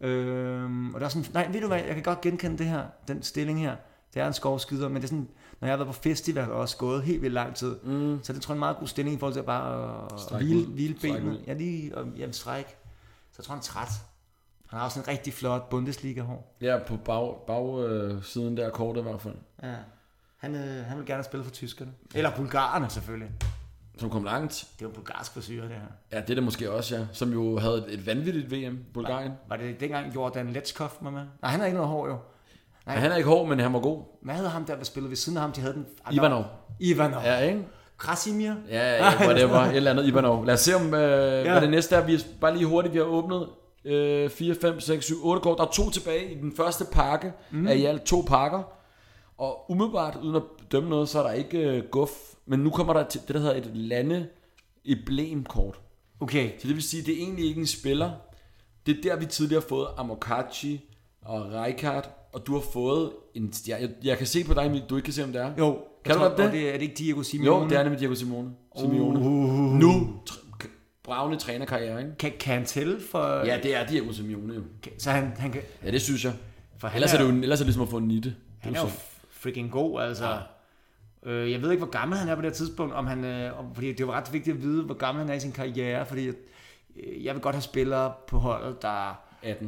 Og der er sådan, nej, ved du hvad, jeg kan godt genkende det her, den stilling her. Det er en skovskider, men det er sådan, når jeg har været på festival og også gået helt vildt lang tid, så det tror jeg en meget god stilling i forhold til at bare hvile benene. Ja, lige stræk. Så jeg tror, han er træt. Han har også en rigtig flot Bundesliga-hår. Ja, på bagsiden der kortet i hvert fald. Ja. Han vil gerne spille for tyskerne. Eller bulgarerne selvfølgelig. Som kom langt. Det var bulgarsk frisyr, det her. Ja, det er det måske også, ja. Som jo havde et vanvittigt VM, Bulgarien. Var det dengang Jordan Letskov var med? Nej, han har ikke noget hår jo. Nej. Han er ikke hård, men han var god. Hvad havde ham der, der spillede ved siden af ham? De havde den... Ivanov. Ja, ikke? Krasimir? Ja, whatever. Et eller andet Ivanov. Lad os se om, hvad det næste er. Vi er bare lige hurtigt, vi har åbnet 4, 5, 6, 7, 8 kort. Der er 2 tilbage i den første pakke af i alt 2 pakker. Og umiddelbart, uden at dømme noget, så er der ikke guf. Men nu kommer der til det, der hedder et lande-emblem-kort. Okay. Så det vil sige, det er egentlig ikke en spiller. Det er der, vi tidligere har fået Amokachi og Rijkaard. Og du har fået en stjerne. Jeg kan se på dig, Emil, du ikke kan se, om det er. Jo. Kan du godt det? Er det ikke Diego Simeone? Jo, det er nemlig Diego Simeone. Nu bravende trænerkarriere, ikke? Kan han tælle for... Ja, det er Diego Simeone jo. Så han kan... Ja, det synes jeg. For ellers er det ligesom at få en nitte. Han er jo freaking god, altså. Ja. Jeg ved ikke, hvor gammel han er på det tidspunkt, fordi det var ret vigtigt at vide, hvor gammel han er i sin karriere, fordi jeg vil godt have spillere på holdet, der... 18.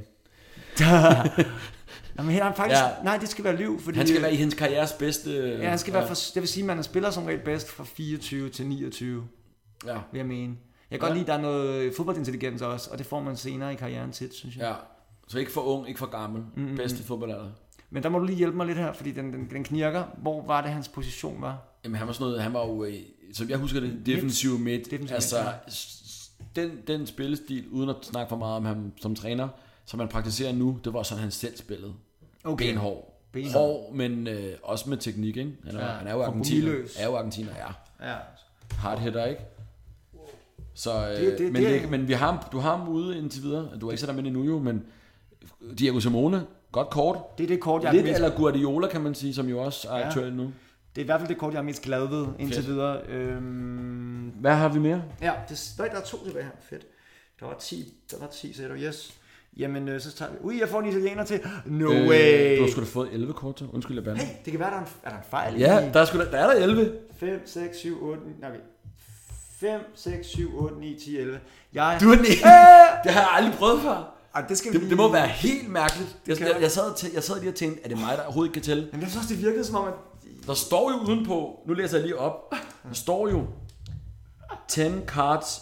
Men her er han faktisk... Ja. Nej, det skal være liv, fordi... Han skal være i hendes karrieres bedste... Ja, han skal være det vil sige, at man spiller som regel bedst fra 24 til 29. Ja. Vil jeg mene. Jeg kan godt lide, at der er noget fodboldintelligens også, og det får man senere i karrieren tit, synes jeg. Ja, så ikke for ung, ikke for gammel. Bedste fodboldalder. Men der må du lige hjælpe mig lidt her, fordi den knirker. Hvor var det, hans position var? Jamen, han var jo, som jeg husker det, defensiv midt. Altså, den spillestil, uden at snakke for meget om ham som træner, som man praktiserer nu, det var sådan, han selv spillede. Okay. Benhård. Hård, men også med teknik, ikke? Han er jo argentiner. Ja. Hard hitter, ikke? Så, men du har ham ude indtil videre. Du har ikke sat ham ind endnu jo, men Diego Simeone, godt kort. Det er det kort, jeg lidt eller Guardiola, kan man sige, som jo også er aktuel nu. Det er i hvert fald det kort, jeg er mest glad ved indtil videre. Hvad har vi mere? Ja, der er 2 tilbage her. Fedt. Der var 10, sagde du. Yes. Jamen, så tager vi... jeg får en italiener til. No way. Du har sgu da fået 11 kort til. Undskyld, jeg bander. Hey, det kan være, der er en fejl. Ja, der er der 11. 5, 6, 7, 8, okay. 5, 6, 7, 8, 9, 10, 11. Du er den ene. Det har jeg aldrig prøvet før. Det må være helt mærkeligt. Jeg sad lige og tænkte, er det mig, der overhovedet ikke kan tælle? Men jeg synes også, det virkede som om, at... Der står jo udenpå, nu læser jeg lige op, der står jo 10 cards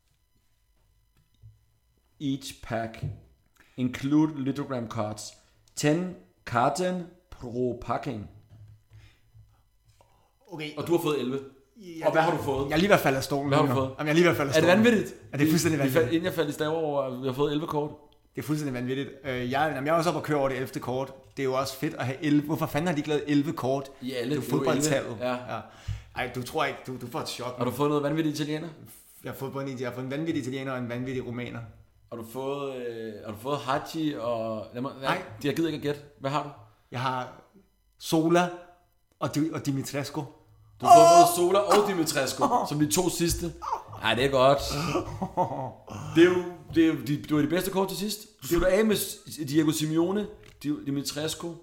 each pack, include lithogram cards. 10 carton pro packing. Okay. Og du har fået 11. Og hvad har du fået? Jeg er lige ved at falde af stolen. Hvad har du fået? Jamen, jeg er lige ved at falde af stolen. Er det vanvittigt? Ja, det er fuldstændig vanvittigt. Inden jeg faldt i staver over, at vi har fået 11 kort. Det er fuldstændig vanvittigt. Jeg er også oppe og køre over det 11. kort. Det er jo også fedt at have 11. Hvorfor fanden har de ikke lavet 11 kort? I alle. Det er jo fodboldtallet. Ja. Ej, du tror ikke, du får et chok. Har du fået noget vanvittigt italiener? Jeg har fået en vanvittig italiener og en vanvittig romaner. Har du fået Hachi og... Nej. Jeg gider ikke at gætte. Hvad har du? Jeg har Sola og Dimitrescu. Du har fået både Sola og Dimitrescu, som de 2 sidste. Nej, det er godt. Det var de bedste kort til sidst. Du slutter af med Diego Simeone, Dimitrescu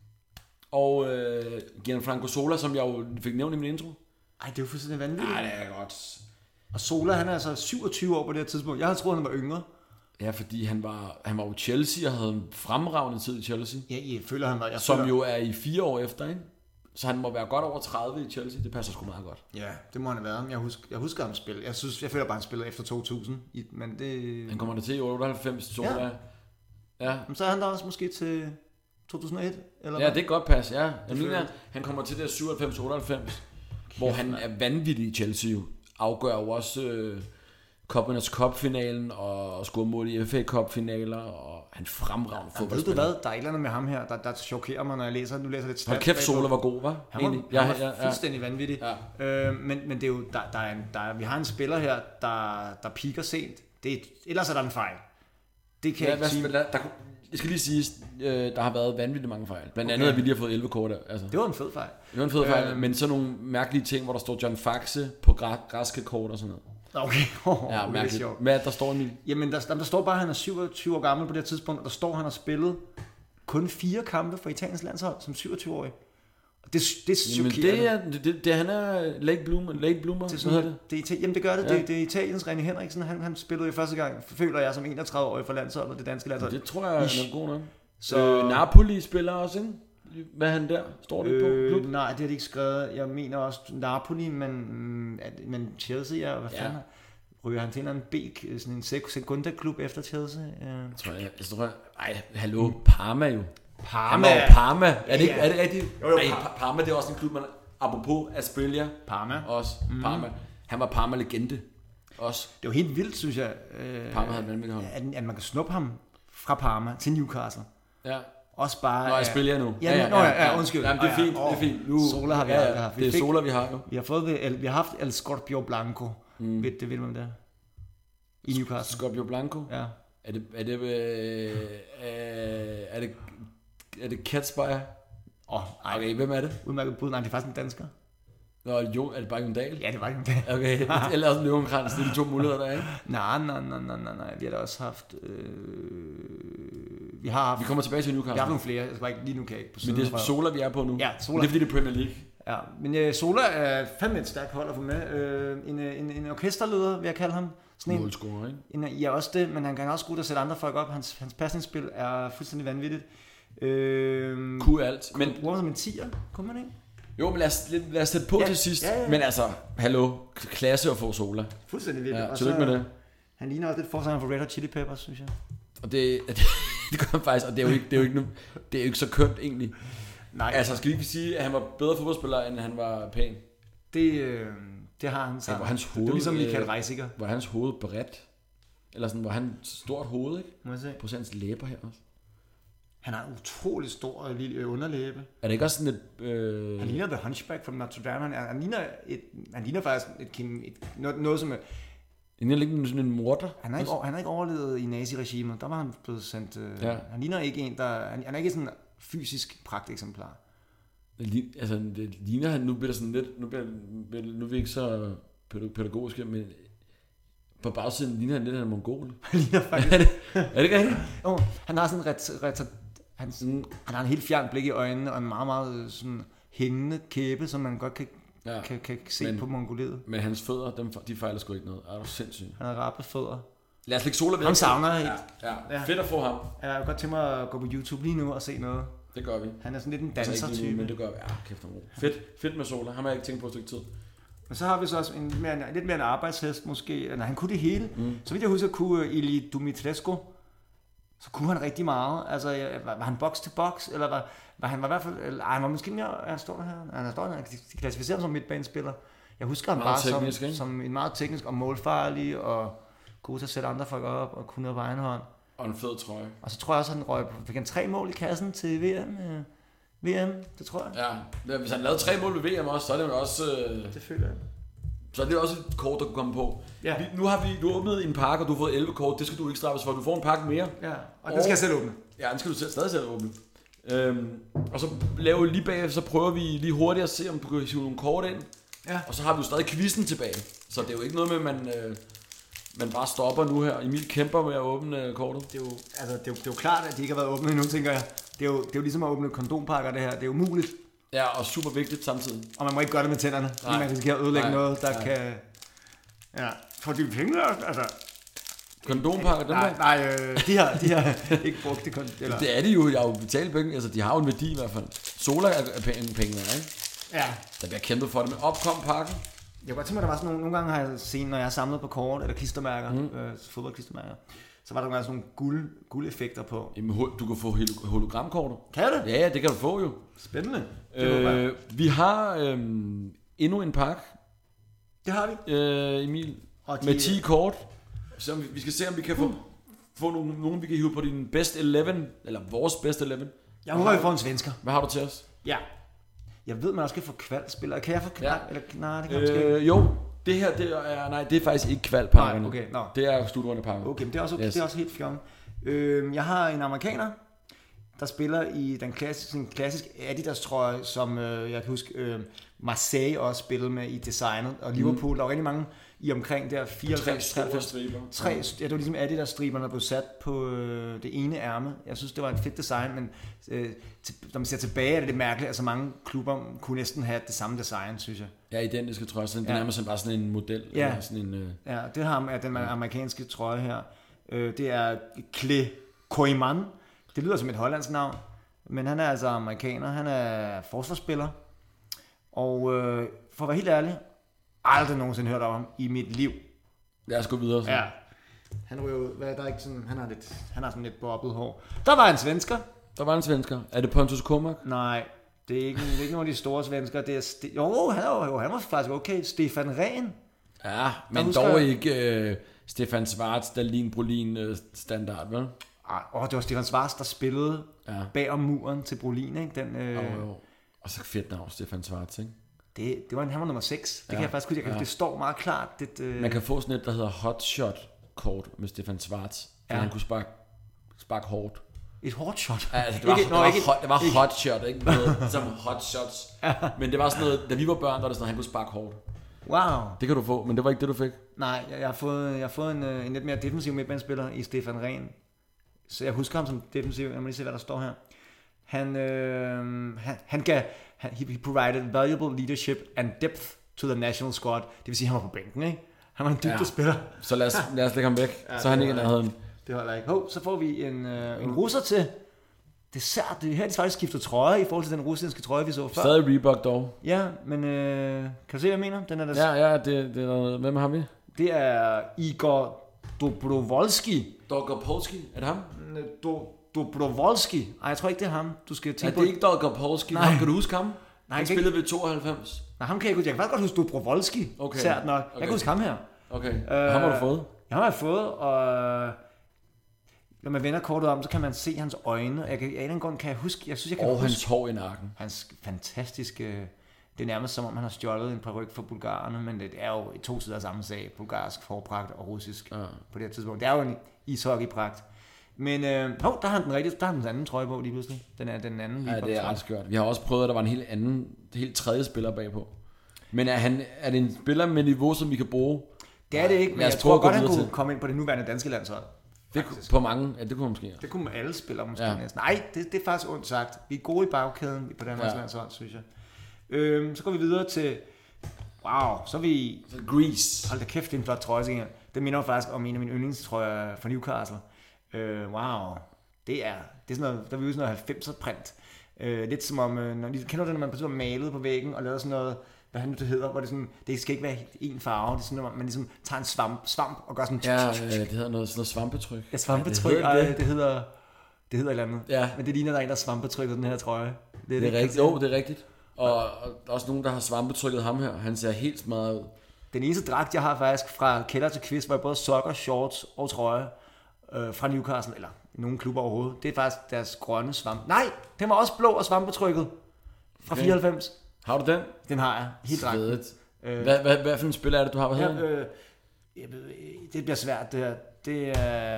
og Gianfranco Sola, som jeg jo fik nævnt i min intro. Ej, det er jo fuldstændig vanvittigt. Nej, det er godt. Og Sola, han er altså 27 år på det her tidspunkt. Jeg havde troet, han var yngre. Ja, fordi han var jo Chelsea og havde en fremragende tid i Chelsea. Ja, jeg føler, han var... Som jo er i 4 år efter, ikke? Så han må være godt over 30 i Chelsea. Det passer sgu meget godt. Ja, det må han have været. Jeg husker ham spille. Jeg føler bare, han spillede efter 2000. Men det... Han kommer der til i 98, Sola. Ja. Men så er han der også måske til 2001? Eller ja, det er godt pas, ja. Han kommer til det 97-98, hvor han er vanvittig i Chelsea. Afgør jo også Cupwinners Cup-finalen og scorer mål i FA Cup-finaler, og han fremragende fodboldspiller. Ved du hvad? Der er et eller andet med ham her, der chokerer mig, når jeg læser lidt stats. Hold kæft, Sola var god, hva'? Han var fuldstændig vanvittig. Ja. Men det er jo, vi har en spiller her, der piker sent. Ellers er der en fejl. Det kan jeg ikke sige. Jeg skal lige sige, der har været vanvittigt mange fejl. Blandt andet, at vi lige har fået 11 kort. Altså. Det var en fed fejl. Det var en fed fejl, men så nogle mærkelige ting, hvor der står John Faxe på græske kort og sådan noget. Okay. Ja, mærkeligt. Hvad der står Emil? Jamen, der står bare, at han er 27 år gammel på det her tidspunkt, og der står, at han har spillet kun 4 kampe for Italiens landshold som 27-årig. Det er chokerende. Han er late bloomer. Jamen, det gør det. Ja. Det er Italiens René Henriksen. Han spillede jo første gang, føler jeg, som 31-årig for landsholdet, det danske landshold. Det tror jeg, han er god nok. Så Napoli spiller også, ikke? Hvad er han der? Står det på klub? Nej, det har de ikke skrevet. Jeg mener også Napoli, men Chelsea, ja, hvad fanden ryger han til en B, sådan en sekunda-klub efter Chelsea? Jeg tror, hallo, Parma jo. Parma. Er det rigtigt? Jo, Parma, det er også en klub, man apropos Asprilla. Parma. Også Parma. Han var Parma-legende. Også. Det var helt vildt, synes jeg. Parma havde vanvittigt hold. At man kan snuppe ham fra Parma til Newcastle. Ja. Også bare... Nå, Asprilla nu. Ja, undskyld. Jamen, det er fint. Nu, Sola har vi haft. Det er Sola, vi har jo. Vi har haft El Scorpio Blanco. Ved man det? I Newcastle. Scorpio Blanco? Ja. Er det Katsbeyer? Okay, hvem er det? Udmærket bud. Nej, det er faktisk en dansker. Nå, er det bare Jon Dahl? Ja, det var Jon Dahl. Okay, eller også Løvenkrantz, det er de 2 muligheder, der er, ikke? Nej. Vi har da også haft... Vi kommer tilbage til Newcastle. Vi har nogle flere. Jeg skal bare ikke lige nu kan ikke på siden. Men det er Sola, vi er på nu. Ja, Sola. Det er fordi, det er Premier League. Ja, men Sola er fandme et stærkt hold at få med. En orkesterleder, vil jeg kalde ham. Målscorer, ikke? Ja, også det, men han kan også godt at sætte andre folk op. Hans pasningsspil er fuldstændig vanvittigt. Kunne alt. Men bruger som en 10'er, kunne man ikke? Jo, men lad os sætte på til sidst. Ja. Men altså, hallo, klasse at få Sola. Fuldstændig vildt. Ja, tillykke med det. Han ligner også lidt forsanger for Red Hot Chili Peppers, synes jeg. Og det gør han faktisk, og det er jo ikke så kønt egentlig. Nej. Altså, skal vi ikke sige, at han var bedre fodboldspiller, end han var pæn? Det har han sagt. Var hans hoved, det er ligesom Michael Reisiger. Var hans hoved bredt? Eller sådan, var han stort hoved, ikke? Må jeg se. På hans læber her også. Han har en utrolig stor lille underlæbe. Er det ikke også sådan et... Han ligner The Hunchback fra Notre Dame. Han ligner faktisk noget som... Han ligner sådan en morder. Han har ikke overlevet i naziregimet. Der var han blevet sendt... Han ligner ikke en, der... Han er ikke sådan en fysisk pragteksemplar. Altså, det ligner han... Nu bliver det sådan lidt... Nu er vi ikke så pædagogiske, men... På bagsiden ligner han lidt af en mongol. Han ligner faktisk... er det ikke rigtigt? Jo, han har sådan han har en helt fjern blik i øjnene, og en meget, meget sådan hængende kæbe, som man godt kan kan se på Mongoliet. Men hans fødder, de fejler sgu ikke noget. Er du sindssygt? Han har rappe fødder. Lad os lægge Sola væk. Ham savner jeg helt. Ja. Fedt at få ham. Jeg har godt tænkt mig at gå på YouTube lige nu og se noget. Det gør vi. Han er sådan lidt en Altså danser-type. ikke nu, men det gør vi. Ja, kæft om Fedt med Sola. Ham har jeg ikke tænkt på et stykke tid. Men så har vi så også lidt mere en arbejdshest måske. Han kunne det hele. Så vidt jeg husker, kunne Ili Dumitrescu, så kunne han rigtig meget. Altså, var han box til box, eller var han i hvert fald... han var måske mere... Han står her. Han klassificerer ham som midtbanespiller. Jeg husker ham bare teknisk, som en meget teknisk og målfarlig, og god til at sætte andre folk op, og kunne noget på egen hånd. Og en fed trøje. Og så tror jeg også, at han fik 3 mål i kassen til VM, det tror jeg. Ja, hvis han lavede 3 mål ved VM også, så er det jo også... Det føler jeg. Så er det også et kort, der kunne komme på. Ja. Nu har du åbnet en pakke, og du har fået 11 kort. Det skal du ikke straffes for. Du får en pakke mere. Ja, og den skal jeg selv åbne. Ja, den skal du stadig selv åbne. Og så laver vi lige bagefter, så prøver vi lige hurtigt at se, om du kan hive nogle kort ind. Ja. Og så har vi jo stadig quizzen tilbage. Så det er jo ikke noget med, man bare stopper nu her. Emil kæmper med at åbne kortet. Det er jo klart, at de ikke har været åbnet endnu, tænker jeg. Det er jo ligesom at åbne kondompakker, det her. Det er jo muligt. Ja, og super vigtigt samtidig. Og man må ikke gøre det med tænderne, fordi man risikerer at ødelægge noget, der kan... Ja, for de penge, altså... Kondompakker, dem der? Nej, de har ikke brugt det. Eller... Det er de jo, jeg har jo betalt penge, altså de har jo en værdi i hvert fald. Sola er penge, ikke? Ja. Der bliver kæmpet for det, men opkom pakken. Jeg kan godt tænke mig, der var sådan nogle gange har jeg set, når jeg har samlet på kort, eller klistermærker, fodboldklistermærker, så var der sådan nogle guldeffekter på. Jamen, du kan få hologramkortet. Kan du? Ja, det kan du få jo. Spændende. Vi har endnu en pakke. Det har vi. Emil, med 10 kort. Så vi skal se, om vi kan få nogen, vi kan hive på din best 11, eller vores best 11. Jeg håber, vi får en svensker. Hvad har du til os? Ja. Jeg ved, man også skal få kvalspillere. Kan jeg få kval? Ja. Eller, nej, det kan man ikke. Jo, det her, det er faktisk ikke kvalpakkerne. Nej, okay. No. Det er studierne-pakker. Okay, men det er også, okay. Yes. Det er også helt fjong. Jeg har en amerikaner, der spiller i den klassiske Adidas-trøje, som jeg kan huske, Marseille også spillede med i designet, og Liverpool, der var rigtig mange i omkring der 94 striber. Ja, det var ligesom Adidas-striberne, der blev sat på det ene ærme. Jeg synes, det var et fedt design, men når man ser tilbage, er det mærkeligt, at så mange klubber kunne næsten have det samme design, synes jeg. Ja, identiske trøjer, så det er nærmest bare sådan en model. Ja, eller sådan en, ja, det har den amerikanske trøje her. Det er Cle Koeman. Det lyder som et hollandsk navn, men han er altså amerikaner. Han er forsvarsspiller. Og for at være helt ærlig, aldrig nogensinde hørt om ham i mit liv. Lad os gå videre. Så. Ja. Han har sådan lidt bobbet hår. Der var en svensker. Er det Pontus Komak? Nej, det er ikke nogen af de store svensker. Det er han var faktisk okay. Stefan Rehn. Ja, men dog ikke Stefan Schwarz, Dahlin, Brolin standard, vel? Det var Stefan Schwarz, der spillede bag om muren til Brolin, ikke? Den, Og så fedt navn, Stefan Schwarz, ikke? Han var nummer 6. Det kan jeg faktisk huske. Det står meget klart. Man kan få sådan et, der hedder hotshot-kort med Stefan Schwarz. Han kunne sparke hårdt. Et hårdt shot? Ja, altså, det var hotshot, ikke noget som hotshots. Men det var sådan noget, da vi var børn, var det sådan noget, han kunne sparke hårdt. Wow. Det kan du få, men det var ikke det, du fik. Nej, jeg har fået en lidt mere defensiv midtbanespiller i Stefan Rehn. Så jeg husker ham som defensiv. Jeg må lige se, hvad der står her. He provided valuable leadership and depth to the national squad. Det vil sige, han var på bænken, ikke? Han var en dybdespiller. Så lad os lægge ham væk. Så han ikke nærheden. Det holder ikke. Så får vi en russer til. Det her er de faktisk skiftet trøje i forhold til den russiske trøje, vi så før. Stadig Reebok dog. Ja, men kan du se, hvad jeg mener? Den er der... Ja, det er noget... Hvem har vi? Det er Igor Dobrovolski. Er det ham? Dobrovolski. Nej, jeg tror ikke, det er ham. Du skal tænke på... Det er ikke Dobrovolski. Kan du huske ham? Han spillede ved 92. Nej, ham kan jeg ikke huske. Jeg kan faktisk godt huske Dobrovolski. Okay. Sært nok. Jeg kan huske ham her. Okay. Ham har du fået? Ham har jeg fået, og... Når man vender kortet om, så kan man se hans øjne. Af en eller anden grund kan jeg huske... Jeg synes, jeg kan huske hans hår i nakken. Hans fantastiske... Det er nærmest som om, han har stjålet en paryk fra bulgarerne, men det er jo i 2 sider af samme sag. Bulgarsk forpragt og russisk på det her tidspunkt. Det er jo en ishockeypragt. Men der har han den rigtige, der har han den anden trøje på lige pludselig. Den anden. Ja, det er ret skørt. Vi har også prøvet, at der var en helt tredje spiller bagpå. Men er det en spiller med niveau, som vi kan bruge? Det er det ikke, men jeg tror godt, han kunne komme ind på det nuværende danske landshold. På mange, det kunne måske. Det kunne alle spillere måske næsten. Nej, det er faktisk ondt sagt. Vi er gode i bagkæden på den her landshold, synes jeg. Så går vi videre til Wow, så er vi... Så Grease. Hold da kæft, det er en flot trøje, ikke? Det minder faktisk om en af mine yndlingstrøjer fra Newcastle. Wow, det er sådan noget, der er vi ude sådan noget 90'er print. Lidt som om, kender du det, når man har malet på væggen og lavet sådan noget, hvad han nu det hedder, hvor det sådan, det skal ikke være en farve, det er sådan, at man ligesom tager en svamp og gør sådan... Ja, det hedder noget, sådan noget svampetryk. Ja, svampetryk, det hedder et eller andet. Ja. Men det ligner, der er en, der svampetrykket den her trøje. Det er rigtigt. Jo, det er rigtigt. Og også nogen, der har svampetrykket ham her. Han ser helt smadret ud. Den eneste dragt, jeg har faktisk fra kælder til kvist, var både sokker, shorts og trøje fra Newcastle, eller nogen klubber overhovedet. Det er faktisk deres grønne svamp. Nej, den var også blå og svampetrykket fra 94. Har du den? Den har jeg. Helt dragten. Hvad for en spiller er det, du har? Hvad her? Det bliver svært, det her. Det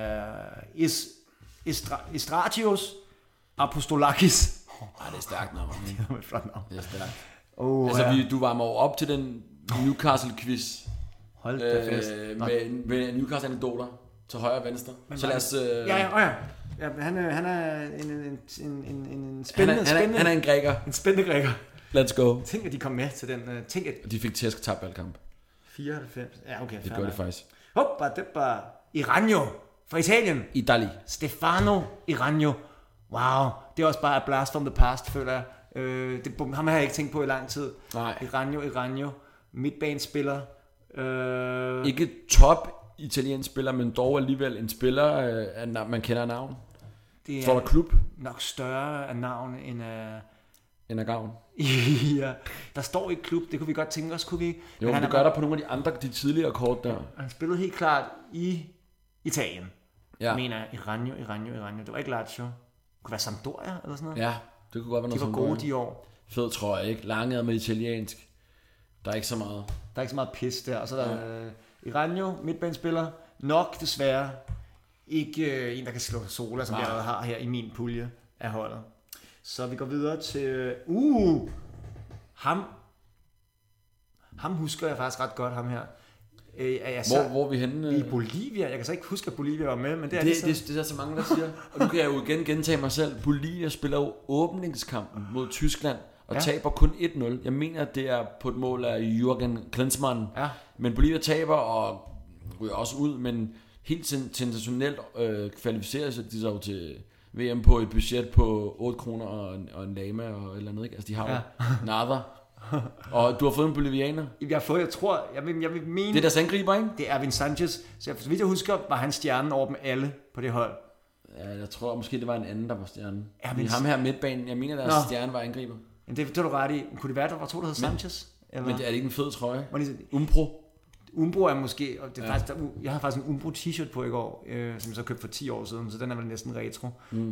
er Estratios Apostolakis. Det er stærkt navn. Det er et flot navn. Det er stærkt. Du varmer jo op til den Newcastle-quiz. Hold da fest. Med Newcastle-anekdoter til højre og venstre. Så lad os... Ja, han er en spændende... Han er en græker. En spændende græker. Let's go. Tænk, at de kom med til den... De fik tæsk tabt valgkamp. 94. Ja, okay. Det gør det faktisk. Hoppa, det var Iranio fra Italien. Italy. Stefano Iranio. Wow, det er også bare a blast from the past, føler jeg. Ham har jeg ikke tænkt på i lang tid. Nej. Iranio. Midtbanespiller. Ikke top italiensk spiller, men dog alligevel en spiller, man kender navn. Det står der klub? Nok større af navn end af gavn. Ja, der står ikke klub, det kunne vi godt tænke os, kunne vi ikke? Jo, men det gør der på nogle af de andre, de tidligere kort der. Han spillede helt klart i Italien. Ja. Jeg mener, Iranio. Det var ikke Lazio. Det kunne være Sampdoria eller sådan noget. Ja, det kunne godt være noget. De var gode de år. Fed trøje, ikke? Langet med italiensk. Der er ikke så meget. Der er ikke så meget pis der. Og så er der Iranio, midtbanespiller. Nok desværre ikke en, der kan slå Sola, som jeg allerede har her i min pulje af holdet. Så vi går videre til... Ham husker jeg faktisk ret godt, ham her. Hvor er vi henne? I Bolivia. Jeg kan så ikke huske, at Bolivia var med, men det er det er så mange, der siger. Og nu kan jeg jo igen gentage mig selv. Bolivia spiller jo åbningskampen mod Tyskland og taber kun 1-0. Jeg mener, at det er på et mål af Jürgen Klinsmann. Ja. Men Bolivia taber og ryger også ud, men helt sensationelt kvalificerer sig de så til VM på et budget på 8 kroner og en lama og et eller andet, ikke? Altså de har jo nada. Og du har fået en bolivianer? Jeg vil mene... Det er deres angriber, ikke? Det er Erwin Sanchez. Så vidt jeg husker, var han stjernen over dem alle på det hold. Ja, jeg tror måske, det var en anden, der var stjernen. Men ham her midtbanen, jeg mener, deres stjerne var angriber. Men det er du ret i. Kunne det være, der var to, der hed Sanchez? Eller? Men det er det ikke en fed trøje? Umbro? Umbro er måske... Og det er faktisk, jeg har faktisk en Umbro t-shirt på i går, som jeg så købte for 10 år siden, så den er vel næsten retro.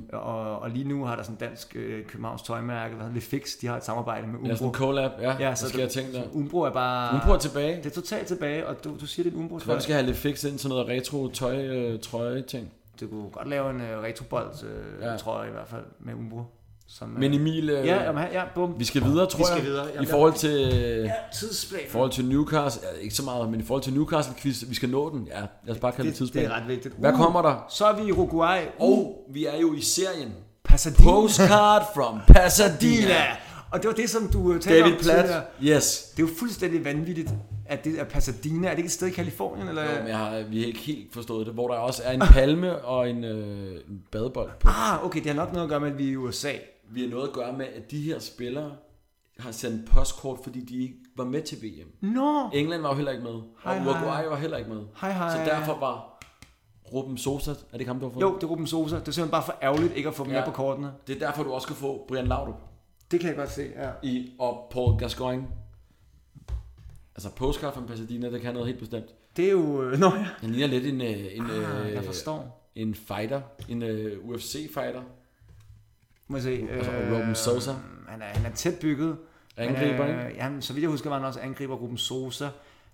Og lige nu har der sådan en dansk Københavns tøjmærke, hvad hedder det, Fix, de har et samarbejde med Umbro. Ja, sådan en collab, så skal jeg tænke der. Umbro er bare... Umbro er tilbage. Det er totalt tilbage, og du siger, det er en Umbro. Du skal have lidt Fix ind til noget retro trøje ting. Du kunne godt lave en retrobold trøje i hvert fald med Umbro. Men Emil, bum. Vi skal videre, tror jeg. I forhold til tidsplanen. I forhold til Newcastle, ikke så meget, men i forhold til Newcastle quiz, vi skal nå den. Ja, lad os bare kalde det tidsplanen. Det er ret vigtigt. Hvad kommer der? Så er vi i Uruguay. Og vi er jo i serien Pasadena. Postcard from Pasadena. Og det var det, som du talte om tidligere. Yes. Det er jo fuldstændig vanvittigt, at det er Pasadena. Er det ikke et sted i Kalifornien? Eller? Jo, men vi har ikke helt forstået det. Hvor der også er en palme og en badebold på. Okay, det har nok noget at gøre med, at vi er i USA. Vi har noget at gøre med, at de her spillere har sendt postkort, fordi de ikke var med til VM. England var jo heller ikke med, og Uruguay var heller ikke med. Så derfor var Ruben Sosa, er det ikke ham, du har fået? Jo, det er Ruben Sosa. Det er simpelthen bare for ærgerligt ikke at få dem med på kortene. Det er derfor, du også kan få Brian Laudrup. Det kan jeg godt se, ja. Og Paul Gascoigne. Altså postcard fra Pasadena, det kan noget helt bestemt. Det er jo... Han ligner lidt jeg forstår. En fighter, en UFC-fighter. Må jeg se. Altså Ruben Sosa. Han er tæt bygget. Angriber, ikke? Ja, så vidt jeg husker, var han også angriber Ruben Sosa.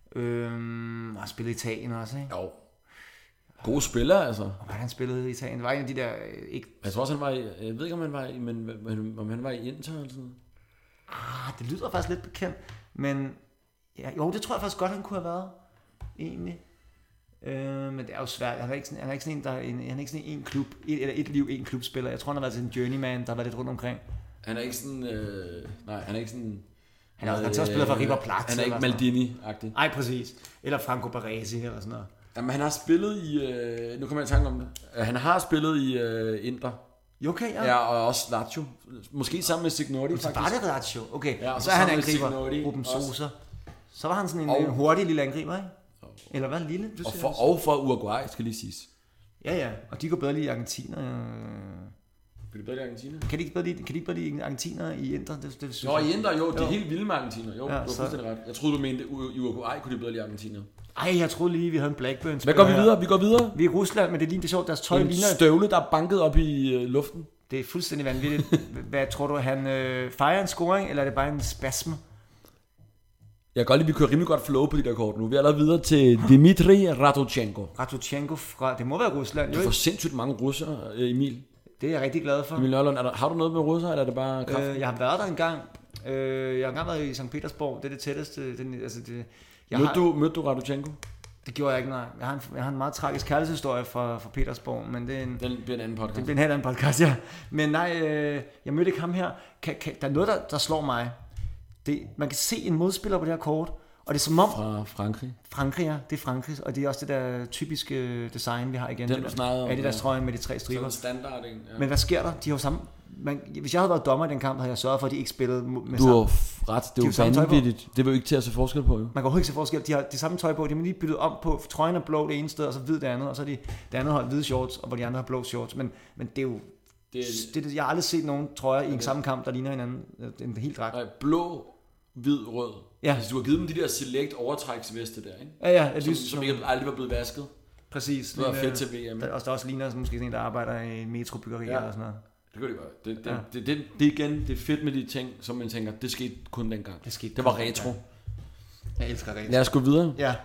Har spillet i Italien også, ikke? Jo. God spiller, altså. Og hvad han spillede i Italien? Det var en af de der... Ikke... Jeg tror også, han var i... Jeg ved ikke, om han var i... Men om han var i Inter eller sådan noget. Det lyder faktisk lidt bekendt. Men... Ja, jo, det tror jeg faktisk godt, han kunne have været. Egentlig. Men det er jo svært. Han er ikke sådan en klub, et liv, en klubspiller. Jeg tror, han har været til en journeyman, der har været lidt rundt omkring. Han er ikke sådan... nej, han er ikke sådan... Han har også spillet for River Plate. Han er ikke Maldini-agtig. Nej, præcis. Eller Franco Baresi eller sådan noget. Jamen, han har spillet i... nu kommer jeg i tanke om det. Han har spillet i Inter. Okay, ja. Ja, og også Lazio. Måske sammen med Signotti, faktisk. Var det Lazio? Okay, ja, så er han angriber. Ruben Sosa. Så var han sådan en hurtig lille angriber, ikke? Eller hvad lille? Og for Uruguay, skal lige siges. Ja, og de går bedre lide Argentina. Kan de bedre lide Argentina? Kan de ikke bedre lide Argentina i Inter? Nå, i Inter, jo. De er helt vilde med Argentina. Jo, ja, du har fuldstændig ret. Jeg troede, du mente, i Uruguay kunne de bedre lide Argentina. Ej, jeg troede lige, vi havde en Blackburn. Hvad går vi videre? Vi går videre. Vi er i Rusland, men det er sjovt, deres tøj ligner... støvle, der er banket op i luften. Det er fuldstændig vanvittigt. Hvad tror du, han fejrer en scoring, eller er det bare en spasme? Jeg kan godt lide, vi kører rimelig godt flow på de der kort nu. Vi er allerede videre til Dmitri Radochenko. Radochenko fra... Det må være Rusland, jo. Du får sindssygt mange russere, Emil. Det er jeg rigtig glad for. Emil Nørlund, har du noget med russer, eller er det bare kraft? Jeg har været der engang. Jeg har engang været i St. Petersborg. Det er det tætteste. Mødte du Radochenko? Det gjorde jeg ikke, nej. Jeg har en meget tragisk kærlighedshistorie fra Petersborg, men det er den bliver en anden podcast. Det bliver en helt anden podcast, ja. Men nej, jeg mødte ikke ham her. Der er noget, der slår mig. Man kan se en modspiller på det her kort, og det er som om... Fra Frankrig? Frankrig, ja. Det er Frankrig, og det er også det der typiske design, vi har igen. Den du snakkede om. Ja, det der strøgen med de 3 striber. Sådan standard, ikke? Ja. Men hvad sker der? De har jo samme... Hvis jeg havde været dommer i den kamp, havde jeg sørget for, at de ikke spillede med Du har ret, det er jo vanvittigt. Det vil jo ikke til at se forskel på, jo. Man kan jo ikke se forskel. De har det samme tøj på, de har lige byttet om på, trøjen er blå det ene sted, og så hvid det andet, og så det andet har hvide shorts, og hvor de andre har blå shorts. Men det er jo... Jeg har aldrig set nogen trøjer i en samme kamp, der ligner hinanden. En helt dragt. Nej, blå, hvid, rød. Ja. Altså, du har givet dem de der select overtræksveste der, ikke? Ja. Som ikke aldrig var blevet vasket. Præcis. Det var fedt til VM. Der også ligner måske sådan en, der arbejder i metrobyggeri eller sådan noget. Det kunne det godt. Det igen, det er fedt med de ting, som man tænker, det skete kun dengang. Det var retro. Ja. Jeg elsker retro. Lad os gå videre. Ja.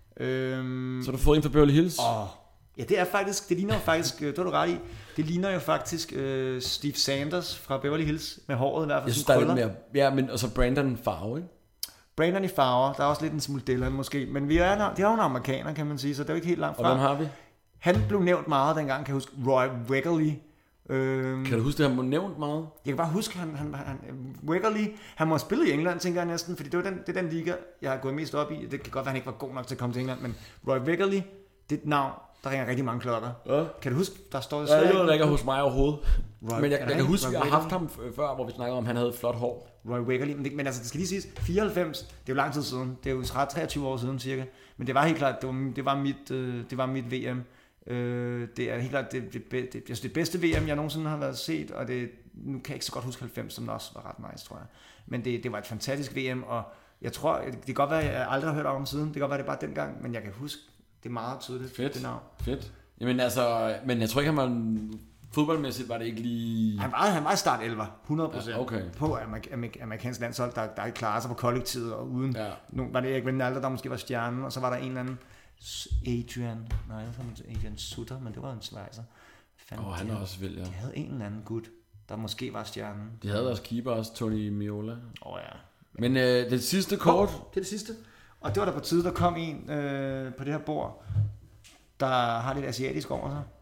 Så har du fået en fra Beverly Hills? Ja, det ligner jo faktisk, det var du ret i, det ligner jo faktisk Steve Sanders fra Beverly Hills, med håret i hvert fald. Jeg synes, der er lidt mere, ja, men og så Brandon farve, ikke? Brandon i farver, der er også lidt en smule Dylan måske, men de er jo en amerikaner, kan man sige, så det er jo ikke helt langt fra. Og hvem har vi? Han blev nævnt meget dengang, kan jeg huske, Roy Wegerle. Kan du huske, at han blev nævnt meget? Jeg kan bare huske, Wegerle, han må have spillet i England, tænker jeg næsten, fordi det er den liga, jeg har gået mest op i. Det kan godt være, han ikke var god nok til at komme til England, men Roy Wegerle, det er et navn, der ringer rigtig mange klokker. Ja. Kan du huske, der står det? Ja, det ikke hos mig overhovedet. Men jeg kan huske, at vi har haft ham før, hvor vi snakkede om, at han havde flot hår. Roy Wegerle, men altså, det skal lige siges, 94, det er jo lang tid siden, det er jo 23 år siden cirka, men det var helt klart, det var mit VM. Det er helt klart det bedste VM, jeg nogensinde har været set, og nu kan jeg ikke så godt huske 90, som det også var ret nice, tror jeg. Men det var et fantastisk VM, og jeg tror, det kan godt være, at jeg aldrig har hørt om siden, det kan godt være, det bare dengang, men jeg kan huske, det er meget tydeligt. Det navn. Fedt. Jamen altså, men jeg tror ikke, han var fodboldmæssigt, var det ikke lige... Han var start 11, 100%. Ja, okay. På amerikansk landshold, der ikke klarer sig på kollektivet, og uden... Ja. Var det Erik Wijnaldum, der måske var stjernen, og så var der en eller anden... Adrian Sutter, men det var en svejser. Han er også vild, ja. De havde en eller anden gut, der måske var stjernen. De havde deres keeper også, Tony Miola. Ja. Men det sidste kort... Det er det sidste. Og det var der på tide, der kom en på det her bord, der har lidt asiatisk over sig.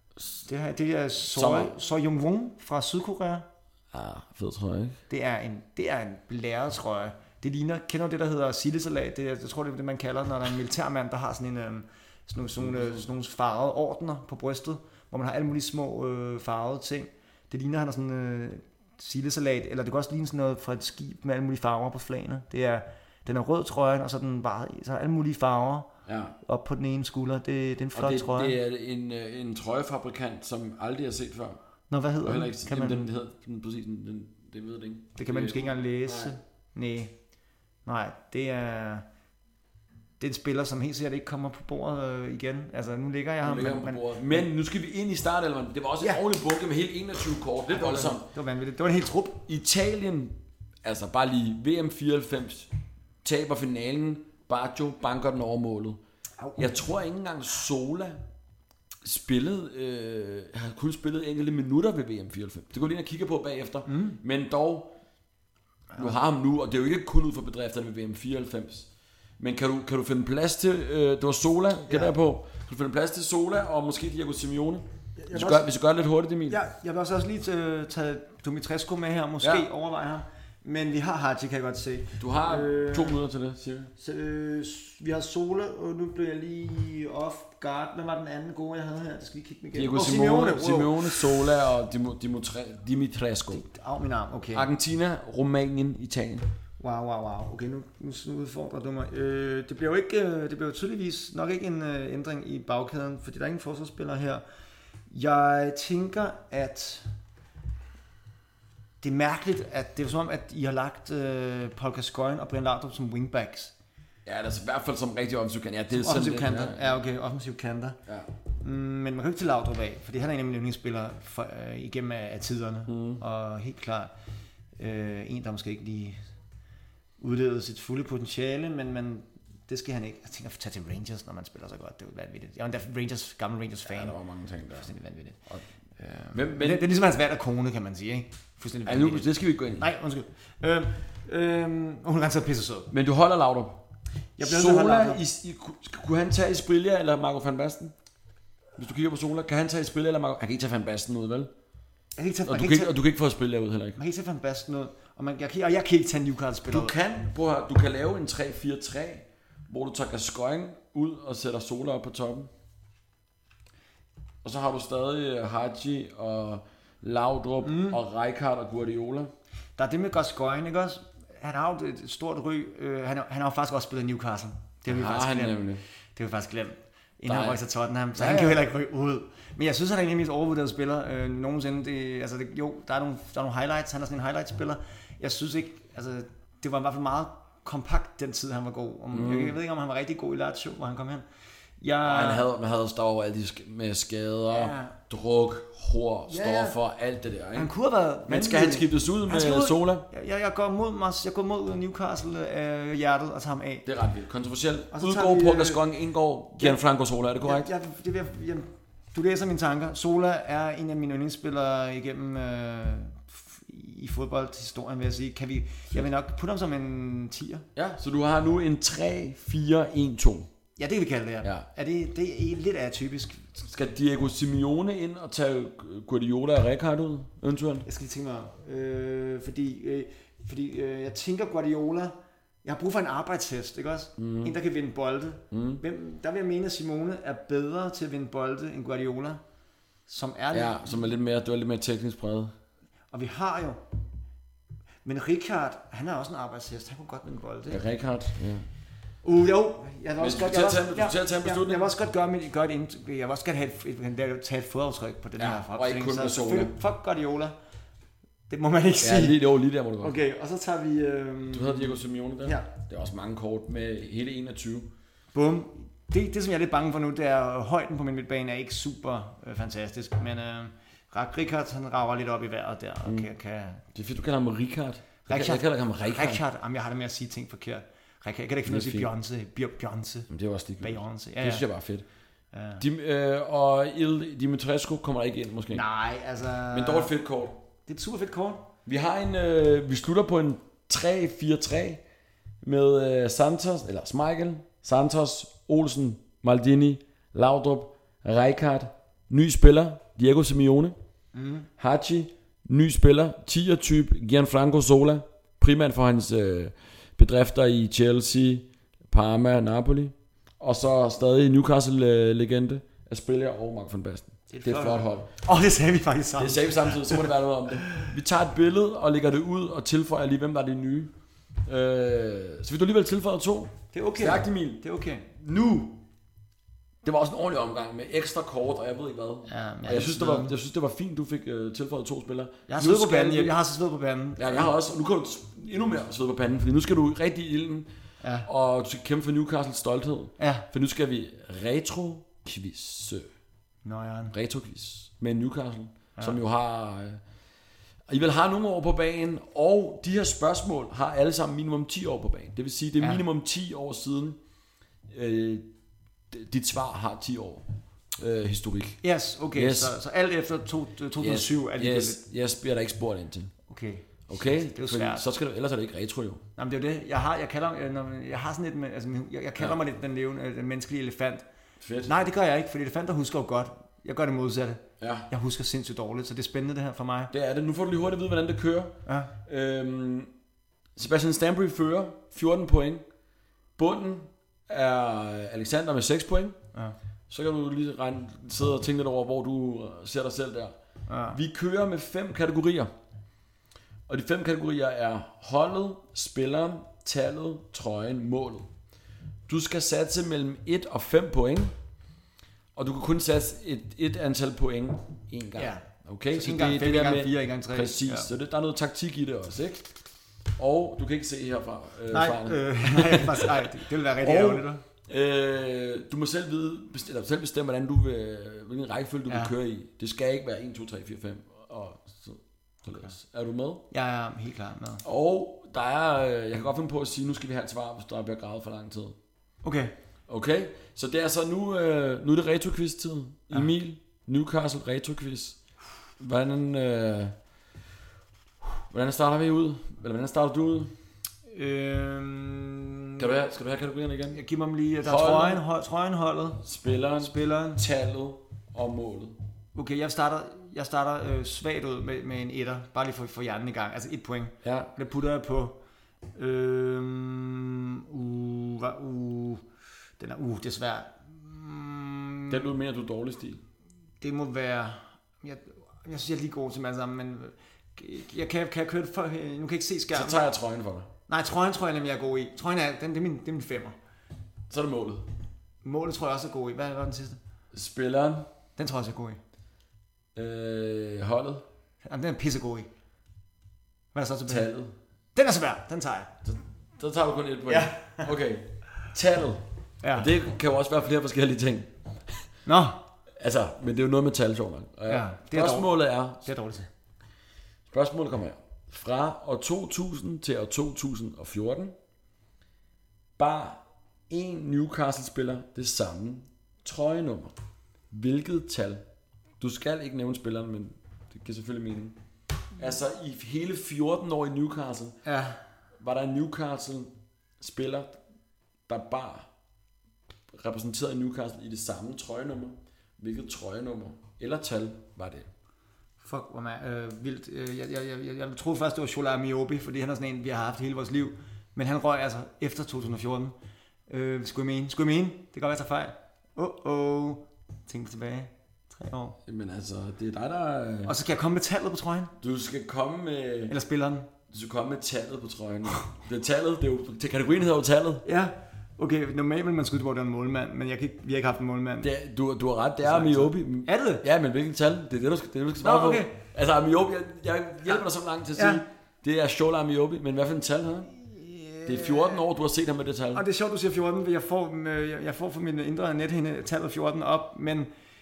Det er So Jung-won fra Sydkorea. Fed trøje, ikke? Det er en blæretrøje. Det ligner, kender du det, der hedder sildesalat? Jeg tror, det er det, man kalder, når der er en militærmand, der har sådan nogle farvede ordener på brystet, hvor man har alle mulige små farvede ting. Det ligner, han har sådan sildesalat, eller det kan også ligne sådan noget fra et skib med alle mulige farver på flagene. Den er rød trøjen, og så er alle mulige farver op på den ene skulder. Det er en flot trøje. Det er en trøjefabrikant, som aldrig har set før. Nå, hvad hedder den? Den hedder præcis, det ved det ikke. Det kan man måske ikke engang læse. Nej, det er en spiller, som helt sikkert ikke kommer på bordet igen. Altså, nu ligger jeg ham. Men nu skal vi ind i startelveren. Det var også en ordentlig bunke med helt 21 kort. Det var voldsomt. Det var vanvittigt. Det var en helt trup. Italien, altså bare lige VM 94, taber finalen. Baggio banker den over målet. Jeg tror ikke engang Sola har kun spillet enkelte minutter ved VM 94. Det går lige at kigge på bagefter. Men dog, du har ham nu, og det er jo ikke kun ud for bedrifterne ved VM 94. Men kan du finde plads til, det var Sola, gætter jeg på. Kan du finde plads til Sola og måske Diego Simeone? Hvis du gør det lidt hurtigt, Emil. Ja, jeg vil også lige tage Dumitrescu med her, måske overveje ham. Men vi har Haji, kan jeg godt se. Du har 2 minutter til det, siger vi har Sola, og nu blev jeg lige off guard. Hvad var den anden gode, jeg havde her? Det skal vi kigge med igen. Diego Simeone, Sola og Dimitrescu. Min arm, okay. Argentina, Rumænien, Italien. Wow. Okay, nu udfordrer du mig. Det bliver jo tydeligvis nok ikke en ændring i bagkæden, fordi der er ingen forsvarsspillere her. Jeg tænker, at det er mærkeligt, at det er som om, at I har lagt Paul Gascoigne og Brian Laudrup som wingbacks. Ja, det er i hvert fald som rigtig offensiv kanter. Ja, det er offensiv kanter. Ja, okay, offensiv kanter. Ja. Men man kan ikke til Laudrup af, fordi han er en af mine yndlingsspillere igennem af tiderne. Og helt klart en, der måske ikke lige udlevede sit fulde potentiale, men det skal han ikke. Jeg tænker at tage til Rangers, når man spiller så godt. Det er jo vanvittigt. Jeg er en gammel Rangers-fan. Ja, der var mange ting der. Det er fuldstændig vanvittigt. Men det er ligesom hans værd kone, kan man sige, ikke? Fuldstændig vanvittigt. Det skal vi ikke gå ind i. Nej, undskyld. Hun renser pisse sød. Men du holder Laudrup. Sola, kunne han tage Esprilla eller Marco van Basten? Hvis du kigger på Sola, kan han tage Esprilla eller Marco? Han kan ikke tage Van Basten ud, vel? Og du kan ikke få Esprilla ud heller ikke. Man kan ikke tage Van Basten ud, og jeg kan ikke tage Newcastle-spiller ud. Du kan lave en 3-4-3, hvor du tager Gascoigne ud og sætter Sola op på toppen. Og så har du stadig Haji og Laudrup og Rijkaard og Guardiola. Der er det med Gascoigne, ikke også? Han har jo et stort ry. Han har jo faktisk også spillet Newcastle. Det har vi faktisk glemt. Inden han rykker til Tottenham. Så han kan jo heller ikke rykke ud. Men jeg synes, han er en af de mest overvurderede spillere nogensinde. Der er nogle highlights. Han er sådan en highlight-spiller. Jeg synes ikke, det var i hvert fald meget kompakt den tid, han var god. Jeg ved ikke, om han var rigtig god i Lazio, hvor han kom hen. Han havde stået alt med skader, druk, hår, stoffer, alt det der. Ikke? Han kunne have været. Men skal han skiftes ud med Sola? Jeg går mod Newcastle af hjertet og tager ham af. Det er ret vildt. Kontroversielt. Udgår på Gascoigne, indgår Gianfranco Sola, er det korrekt? Du læser mine tanker. Sola er en af mine yndlingsspillere igennem i fodboldhistorien, vil jeg sige. Jeg vil nok putte ham som en 10'er. Ja, så du har nu en 3-4-1-2. Ja, det kan vi kalde det, ja. Det er lidt atypisk. Skal Diego Simeone ind og tage Guardiola og Rijkaard ud, eventuelt? Jeg skal lige tænke mig fordi jeg tænker Guardiola, jeg har brug for en arbejdshest, ikke også? En, der kan vinde bolde. Der vil jeg mene, at Simone er bedre til at vinde bolde end Guardiola, som er lidt mere teknisk præget. Og vi har jo, men Rijkaard, han er også en arbejdshest, han kunne godt vinde bolde. Ja, Rijkaard, ja. Jeg vil også godt tage et fodaftryk på den her opstilling. Og ikke kun Sola. Fuck Guardiola. Det må man ikke sige. Ja, lige der må du godt. Okay, og så tager vi... Du hedder Diego Simeone der. Ja. Det er også mange kort med hele 21. Bum. Det som jeg er lidt bange for nu, det er højden på min midtbane er ikke super fantastisk, men Rijkaard, han rager lidt op i vejret der. Og kan... Det er fedt, du kalder ham Rijkaard. Jeg kalder ham Rijkaard. Jeg har det med at sige ting forkert. Jeg kan ikke finde ud af at sige Beyoncé. Men det var også ligegyldigt. Beyoncé. Det synes jeg bare fedt. Og Dimitrescu kommer ikke ind måske. Nej, men dog et fedt kort. Det er et super fedt kort. Vi har vi slutter på en 3-4-3 med Schmeichel, Santos, Olsen, Maldini, Laudrup, Rijkaard, ny spiller, Diego Simeone, Haji, ny spiller, 10'er-type, Gianfranco Sola, primært for hans bedrifter i Chelsea, Parma, Napoli, og så stadig Newcastle-legende, Esprilla og Marco van Basten. Det er et flot hold. Det sagde vi faktisk sammen. Det sagde vi samtidig, så må det være noget om det. Vi tager et billede og lægger det ud og tilføjer lige, hvem der er det nye. Så vil du alligevel tilføje 2. Det er okay. Stærkt, Emil. Det er okay. Nu. Det var også en ordentlig omgang med ekstra kort, og jeg ved ikke hvad. Og jeg synes, det var fint, du fik tilføjet 2 spillere. Jeg har sved på panden. Jeg har så sved på panden. Ja, jeg har også. Og nu kan du endnu mere sved på panden, fordi nu skal du rigtig i ilden. Ja. Og du skal kæmpe for Newcastles stolthed. Ja. For nu skal vi retro-quiz. Retro-quiz med Newcastle, som jo har... I vil have nogle år på banen, og de her spørgsmål har alle sammen minimum 10 år på banen. Det vil sige, det er minimum 10 år siden, dit svar har 10 år historik. Yes, okay. Yes. Så alt efter 2007 er det Yes, bliver der ikke spurgt ind til. Okay. Det er jo svært. Så skal ellers er det ikke retro jo. Jamen det er jo det. Jeg har sådan lidt, jeg kalder mig lidt den menneskelige elefant. Fedt. Nej, det gør jeg ikke, for elefanter husker jo godt. Jeg gør det modsatte. Ja. Jeg husker sindssygt dårligt, så det er spændende det her for mig. Det er det. Nu får du lige hurtigt at vide, hvordan det kører. Ja. Sebastian Stanbury fører 14 point. Bunden er Alexander med 6 point. Ja. Så kan du lige sidde og tænke lidt over, hvor du ser dig selv der. Ja. Vi kører med 5 kategorier. Og de 5 kategorier er holdet, spilleren, tallet, trøjen, målet. Du skal satse mellem 1 og 5 point. Og du kan kun satse et antal point en gang. Ja. Okay, så 1 gang 5, 1 gang 4, 1 gang 3. Præcis, ja. så der er noget taktik i det også, ikke? Og du kan ikke se herfra. Nej, det vil være rigtig ærgerligt. Du må selv bestemme, hvordan hvilken rækkefølge du vil køre i. Det skal ikke være 1, 2, 3, 4, 5 og således. Er du med? Jeg er helt klar med. Og der er, jeg kan godt finde på at sige, nu skal vi have et svar, hvis der bliver gravet for lang tid. Okay, så det er så nu er det retro-quiz-tid. Emil, Newcastle retro-quiz. Hvordan starter vi ud? Eller hvordan starter du ud? Skal du have kategorierne igen? Jeg giver mig lige, der er trøjen, holdet, spilleren, tallet og målet. Okay, jeg starter svagt ud med en etter, bare lige for at få hjernen i gang, altså 1 point. Ja. Det putter jeg på, den er, det er svært. Den du mener, du er dårligst i? Det må være, jeg synes, jeg er lige god til dem alle sammen, men jeg kan køre det for, nu kan jeg ikke se skærmen. Så tager jeg trøjen for dig. Nej, trøjen tror jeg nemlig, jeg er god i. Trøjen er, det er min 5'er. Så er det målet. Målet tror jeg også er god i. Hvad var den sidste? Spilleren. Den tror jeg også er god i. Holdet. Jamen, den er pissegod i. Hvad er der så tilbage? Tallet. Den er svær, den tager jeg. Så tager du kun 1 point. Ja. Okay. Tallet. Ja. Og det kan jo også være flere forskellige ting. Nå. Altså, men det er jo noget med tal, sjovt nok. Ja, spørgsmålet er... Det er dårligt til. Spørgsmålet kommer her. Fra år 2000 til år 2014 bar en Newcastle-spiller det samme trøjenummer. Hvilket tal? Du skal ikke nævne spilleren, men det giver selvfølgelig mening. Altså i hele 14 år i Newcastle, var der en Newcastle-spiller, der bar repræsenteret i Newcastle i det samme trøjenummer. Hvilket trøjenummer eller tal var det? Fuck, hvor vildt. Jeg troede først, det var Shola Amiobi, fordi han er sådan en, vi har haft hele vores liv. Men han røg altså efter 2014. Skulle jeg mene? Det kan godt være, jeg tager fejl. Tænk tilbage. 3 år. Men altså, det er dig, der... Og så skal jeg komme med tallet på trøjen? Du skal komme med... Eller spilleren? Du skal komme med tallet på trøjen. Det er tallet, det er jo... Kategorien hedder jo tallet. Ja. Okay, normalt vil man skyde, hvor det er en målmand, men vi har ikke haft en målmand. Du har ret, det er Amiobi. Er det? Ja, men hvilken tal? Det er det, du skal svare okay. på. Altså Amiobi, jeg hjælper dig så langt til at sige, det er Shola Amiobi, men hvad for en tal har han? Det er 14 år, du har set ham med det tal. Og det er sjovt, du siger 14, for jeg får fra min indre nethinde tallet 14 op, men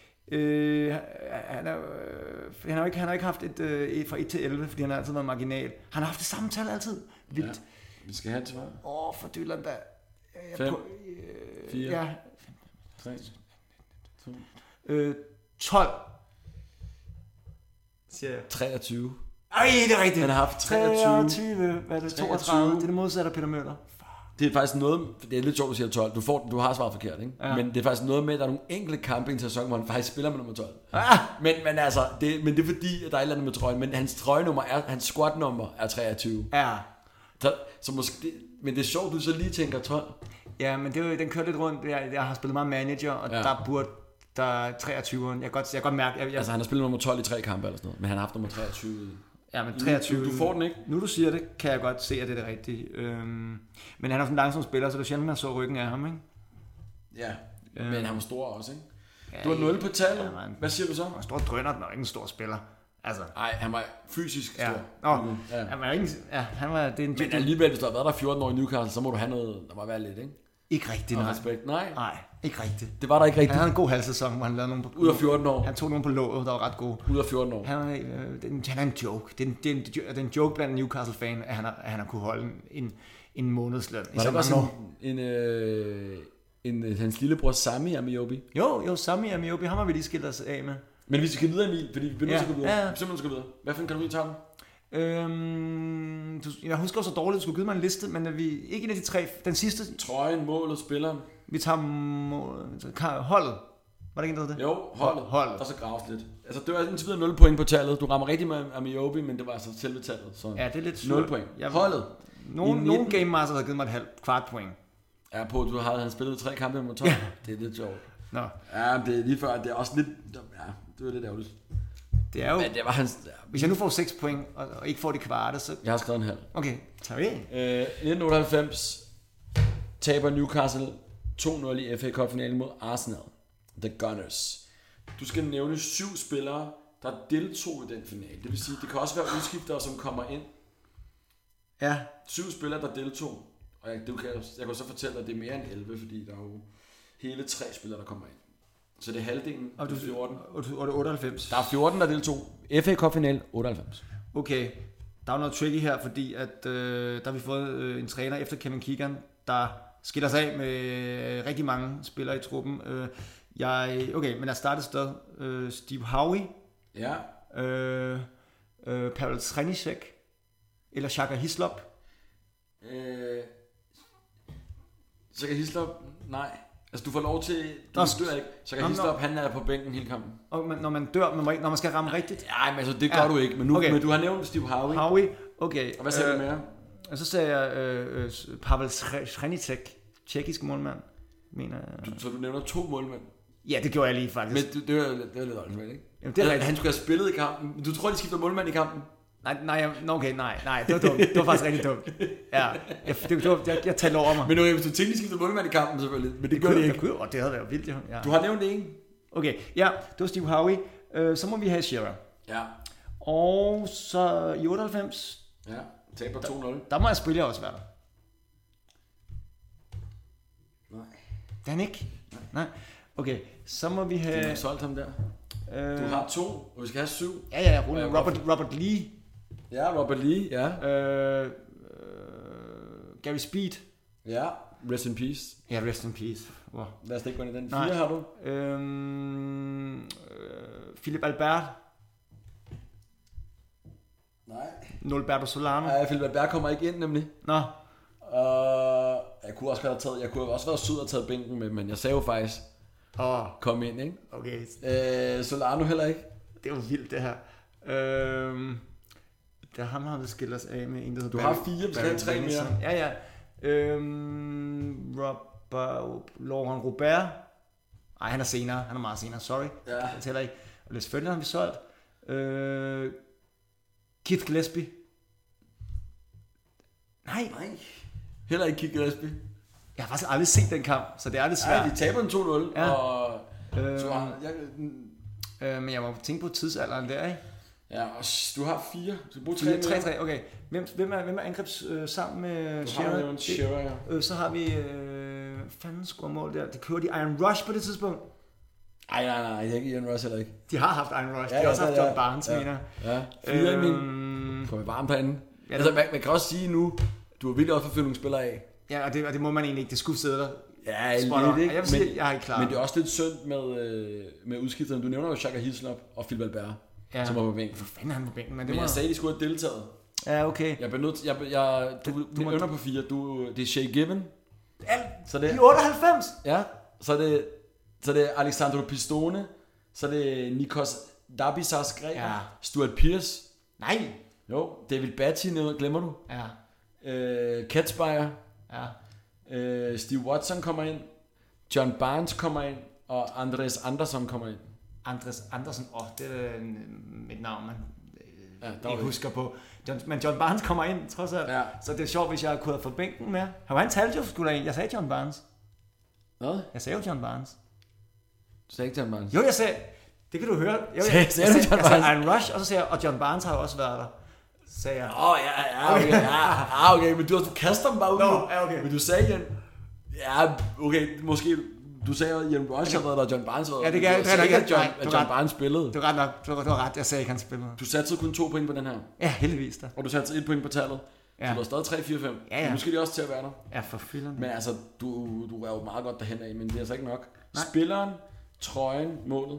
han har ikke haft et fra 1 til 11, fordi han har altid været marginal. Han har haft det samme tal altid. Vildt. Ja, vi skal have et svar. For dylden da. 5, 4, ja. 3, 2, 12. Siger jeg. 23. Ej, det er rigtigt. Han har haft 23. Hvad er det? 32. Det er det modsatte af Peter Møller. Det er faktisk noget, det er lidt sjovt, du siger 12. Du har svaret forkert, ikke? Ja. Men det er faktisk noget med, at der er nogle enkelte kampe i en sæson, hvor han faktisk spiller med nummer 12. Men altså, det er fordi, at der er et eller andet med trøjen. Men hans trøjenummer hans squat-nummer er 23. Ja. Så måske, men det er sjovt, du så lige tænker 12. Ja, men den kører lidt rundt. Jeg har spillet meget manager, og der er 23'eren. Jeg kan godt mærke... Altså, han har spillet nummer 12 i 3 kampe eller sådan noget, men han har haft nummer 23. Ja, men 23... Du får den ikke? Nu du siger det, kan jeg godt se, at det er det rigtige. Men han er sådan en langsom spiller, så det er sjældent, man så ryggen af ham, ikke? Ja, men han var stor også, ikke? Du har 0 på tallet. Hvad siger du så? Han var stor drønner, den er ikke en stor spiller. Altså. Nej, han var fysisk stor. Han var ikke... Ja, han var... Det er en men alligevel, hvis du har været der 14 år i Newcastle, så må du have noget... Der må være lidt, ikke? Ikke rigtigt, nej. Respekt. Nej, ikke rigtigt. Det var der ikke rigtigt. Han havde en god halvsæson, hvor han lavede nogle på... Ud af 14 år. Han tog nogle på låget, der var ret gode. Ud af 14 år. Han er en joke. Det er en joke blandt Newcastle-fan, at han har kunne holde en månedsløn. Var det også hans lillebror Sami Amiobi? Jo, Sami Amiobi, ham har vi lige skilt os af med. Men vi skal videre, Emil, fordi vi bliver nødt til at gå videre. Ja. Simpelthen skal videre. Hvad for en kategori tager du? Jeg husker også så dårligt, at du skulle give mig en liste, men vi ikke en af de 3. Den sidste... Trøjen, målet, spilleren. Vi tager holdet. Var det ikke en, der hed det? Jo, holdet. Og så graves lidt. Altså, det var indtil videre 0 point på tallet. Du rammer rigtig med Amiobi, men det var altså selve tallet. Så ja, det er lidt 0 point. Holdet. Nogle Game Master har givet mig et halvt kvart point. Ja, på, du har han spillet 3 kampe mod 12. Ja. Det er lidt sjovt. Nå. Ja, det er lige før, det er også lidt, ja, det var lidt ærgerligt. Det er jo, men det var hans, ja. Hvis jeg nu får 6 point, og ikke får det kvarte, så... Jeg har skrevet en halv. Okay, tager vi 1998 taber Newcastle 2-0 i FA Cup-finalen mod Arsenal. The Gunners. Du skal nævne 7 spillere, der deltog i den finale. Det vil sige, det kan også være udskiftere, som kommer ind. Ja. 7 spillere, der deltog. Og jeg kan så fortælle dig, at det er mere end 11, fordi der er jo hele 3 spillere, der kommer ind. Så det er halvdelen af 14. Og det er 98. Der er 14, der deltog. FA Cup-finale 98. Okay, der er noget tricky her, fordi at, der har vi fået en træner efter Kevin Keegan, der skiller sig af med rigtig mange spillere i truppen. Okay, men jeg startede sted. Steve Howe. Ja. Pavel Třeníček. Eller Xhaka Hislop. Xhaka Hislop, nej. Altså du får lov til, du dør ikke. Xhaka Hislop, han er på bænken hele kampen. Og når man dør, når man skal ramme rigtigt? Nej, men altså det gør du ikke. Men, nu, men du har nævnt Steve Howe. Howe, okay. Og hvad sagde du mere? Og så sagde jeg Pavel Třeníček, tjekkisk målmand, mener jeg. Så du nævner 2 målmænd? Ja, det gjorde jeg lige faktisk. Men det var lidt åndssvagt, ikke? Jamen, det er han skulle have spillet i kampen. Du tror, de skifter målmand i kampen? Nej, det var dumt. Det var faktisk rigtig dumt. Ja, jeg talte over mig. Men okay, hvis du tænkte, de skifter målmand i kampen, selvfølgelig. Men det gør de ikke. Det havde været vildt, ja. Du har nævnt det, ikke? Okay, ja, det var Steve Howe. Så må vi have Shearer. Ja. Og så i 98... Ja, taber 2-0. Der må jeg spille også være der. Nej. Det er han ikke? Nej. Okay, så må vi have... Du har solgt ham der. Du har 2, og vi skal have 7. Ja, Robert Lee. Ja, Robert Lee, ja. Gary Speed. Ja, rest in peace. Ja, rest in peace. Wow. Lad os ikke gå ind i den. 4 har du. Philip Albert. Nej. Nolberto Solano. Nej, Philip Albert kommer ikke ind, nemlig. Nå. Jeg kunne også være sød og taget bænken med, men jeg sagde jo faktisk, kom ind, ikke? Okay. Solano heller ikke. Det er jo vildt, det her. Det er ham, vi skiller os af med en, der hedder... Du har 4, vi skal have 3 mere. Ja. Laurent Robert. Nej, han er senere. Han er meget senere, sorry. Ja. Jeg tæller ikke. Og Les Ferdinand har vi solgt. Keith Gillespie. Nej. Heller ikke Keith Gillespie. Jeg har faktisk aldrig set den kamp, så det er lidt svært. Nej, de taber den 2-0. Ja. Og men jeg må tænke på tidsalderen der, ikke? Ja, og du har 4. Så du bruger 3 mere. 3, okay. Hvem er angrebs sammen med Shearer? Shearer, ja. Så har vi... fanden scorer mål der. Det kører de Iron Rush på det tidspunkt. Nej, det er ikke Iron Rush heller ikke. De har haft Iron Rush. De har også haft John Barnes, mener. Ja, 4 i min. Kommer vi varmt herinde. Ja, altså, man kan også sige nu, du har virkelig også fået nogle spillere af. Ja, og det må man egentlig ikke. Det skulle sidde der. Ja, lidt, ikke? Jeg vil sige, jeg er ikke klar. Men det er også lidt synd med udskifterne. Du nævner jo Xhaka Hislop og Philip Albert, som var på bænken. Hvor fanden er han på bænken? Men jeg sagde, de skulle have deltaget. Ja, okay. Du ender på 4. Det er Shay Given. Så det, i 98? Ja, så er det Alexandro Pistone. Så er det Nikos Dabisas Græker. Ja. Stuart Pearce. Nej. Jo, David Batty, glemmer du? Ja. Ketspire. Ja. Steve Watson kommer ind. John Barnes kommer ind. Og Andres Andersson kommer ind. Andres Andersson, det er mit navn, man ikke husker på. Men John Barnes kommer ind, trods alt. Ja. Så det er sjovt, hvis jeg kunne have fået bænken med. Han talte jo skulle ind. Jeg sagde John Barnes. Hvad? Jeg sagde jo John Barnes. Du sagde ikke John Barnes? Jo, jeg sagde... Det kan du høre. Jeg sagde Iron Rush, og så sagde jeg, og John Barnes har jo også været der. Sagde jeg. Okay, men du kaster dem bare ud. Okay. Men du sagde igen... Ja, okay, måske... Du sagde jo, Ian Rush har været der, John Barnes har været der. Ja, det kan ikke, at John Barnes spillede. Du har ret nok. Du har ret, jeg sagde ikke, han spillede. Du satte kun 2 point på den her. Ja, heldigvis da. Og du satte 1 point på tallet. Ja. Så du har stadig 3, 4, 5. Ja. Nu skal de også til at være der. Ja, for filen. Men altså, du er jo meget godt derhen af, men det er altså ikke nok. Nej. Spilleren, trøjen, målet.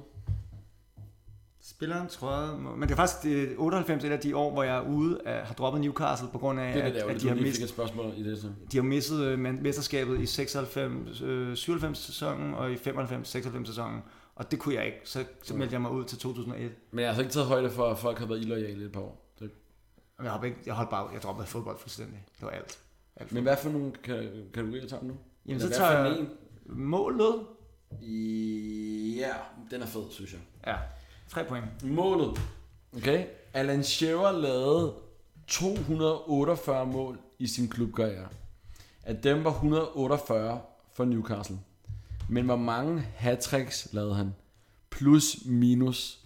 Spilleren, trøjen, men det er faktisk 98 et af de år, hvor jeg er ude har droppet Newcastle på grund af, at de har mistet et spørgsmål i det så. De har mistet mesterskabet i 96-97 sæsonen og i 95-96 sæsonen. Og det kunne jeg ikke, så meldte jeg mig ud til 2001. Men jeg har altså ikke taget højde for, at folk har været illoyale i et par år. Jeg droppede fodbold fuldstændig. Det var alt. Men hvad for nogle kategorier tager du nu? Jamen, så tager jeg målet. Ja, den er fed, synes jeg. Ja, 3 point. Målet. Okay. Alan Shearer lavede 248 mål i sin klubkarriere. Af dem var 148 for Newcastle. Men hvor mange hattricks lavede han? Plus minus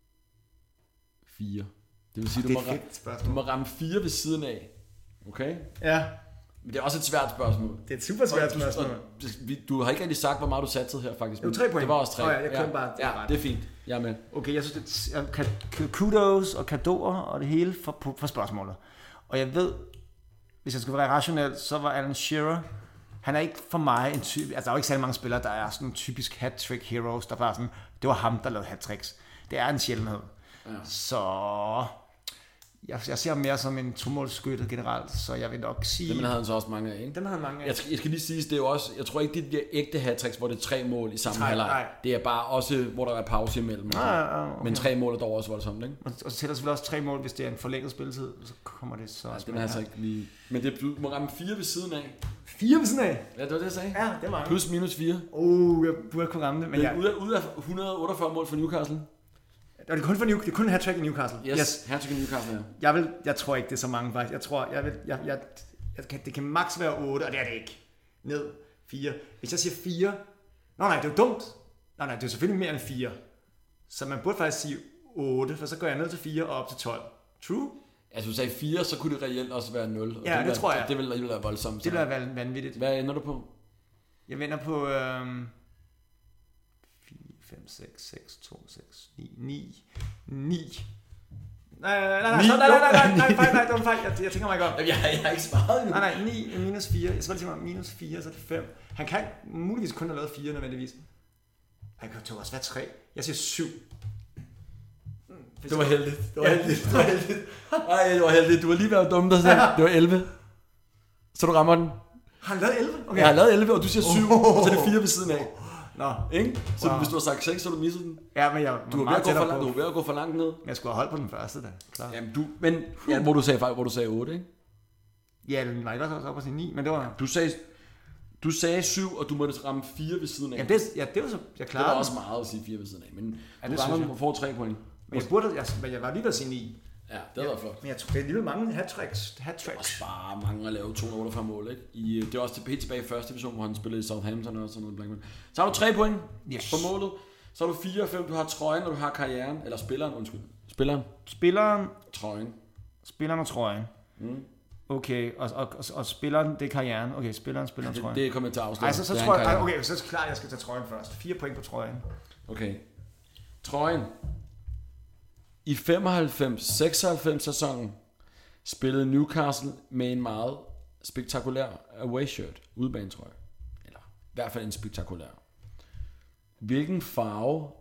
4. Det vil sige, du må ramme 4 ved siden af. Okay? Ja. Men det er også et svært spørgsmål. Det er et super svært spørgsmål. Du har ikke rigtig sagt, hvor meget du satte her faktisk. Det var 3 point. Det var også 3. Jeg købte bare. Ja, det er fint. Jeg er med. Okay, jeg synes, det er kudos og kadoer og det hele for spørgsmålet. Og jeg ved, hvis jeg skal være rationel, så var Alan Shearer, han er ikke for mig en type, altså der er jo ikke særlig mange spillere, der er sådan nogle typisk hat-trick heroes, der bare sådan, det var ham, der lavede hat-tricks. Det er en sjældenhed. Ja. Så jeg ser mere som en tomålsskytte generelt, så jeg vil nok sige... Dem havde han så også mange af, ikke? Dem havde han mange af. Jeg skal lige sige, det er jo også, jeg tror ikke, det er de ægte hat-tricks, hvor det er 3 mål i samme halvleg. Det er bare også, hvor der er pause imellem. Okay. Men 3 mål er dog også voldsomt, ikke? Og så tæller selvfølgelig også 3 mål, hvis det er en forlænget spilletid, så kommer det så... Ja, den er altså ikke lige... Men det, du må ramme 4 ved siden af. 4 ved siden af? Ja, det var det, jeg sagde. Ja, det er mange. Plus minus 4. Jeg burde kunne ramme det, men ud af 148 mål for Newcastle. Og det er kun for det er kun hat-trick i Newcastle. Yes. Hat-trick i Newcastle, ja. Jeg tror ikke, det er så mange faktisk. Jeg tror, det kan maks være 8, og det er det ikke. Ned 4. Hvis jeg siger 4... Nej, det er jo dumt. Nej, det er selvfølgelig mere end 4. Så man burde faktisk sige 8, for så går jeg ned til 4 og op til 12. True? Altså, du sagde 4, så kunne det reelt også være 0. Ja, det tror jeg. Det ville være voldsomt. Det ville være vanvittigt. Hvad ender du på? Jeg vender på... 5, 6, 6, 2, 6, 9. Nej, det var en fejl. Jeg tænker mig godt. Jeg har ikke svaret endnu. Nej, 9 minus 4. Jeg skal lige sige mig, minus 4, så er det 5. Han kan muligvis kun have lavet 4 nødvendigvis. Han kan jo også være 3. Jeg siger 7. Det var heldigt. Nej, det var heldigt. Du var lige været dumme, der sagde. Det var 11. Så du rammer den. Har han lavet 11? Okay. Jeg har lavet 11, og du siger 7, og så er det 4 ved siden af. Nå. Ikke? Så hvis du har sagt 6, så har du misset den. Ja, men du er ved at gå for langt ned. Jeg skulle have holdt på den første, da. Klar. Jamen, hvor du sagde 8, ikke? Ja, nej, det var så på sin 9, men det var... Du sagde 7, og du måtte ramme 4 ved siden af. Ja, det var så... Jeg klarede det var også meget at sige 4 ved siden af, men du rammer får 3 point. Men jeg var lige ved at sige 9. Ja, det var flot. Men jeg tror, det er alligevel mange hat-tricks. Det er også bare mange at lave 248 mål, ikke? Det er også helt tilbage i første division, hvor han spillede i Southampton og sådan noget. Så har du 3 point for målet. Så har du 4 og 5, du har trøjen, og du har karrieren. Eller spilleren. Trøjen. Spilleren og trøjen. Okay, og spilleren, det er karrieren. Okay, spilleren, trøjen. Det kommer til at afsløre. Så tror jeg, okay, så er det klart, jeg skal tage trøjen først. 4 point på trøjen. Okay. Trøjen. I 95-96 sæsonen spillede Newcastle med en meget spektakulær away shirt, udebanetrøje. Eller i hvert fald en spektakulær. Hvilken farve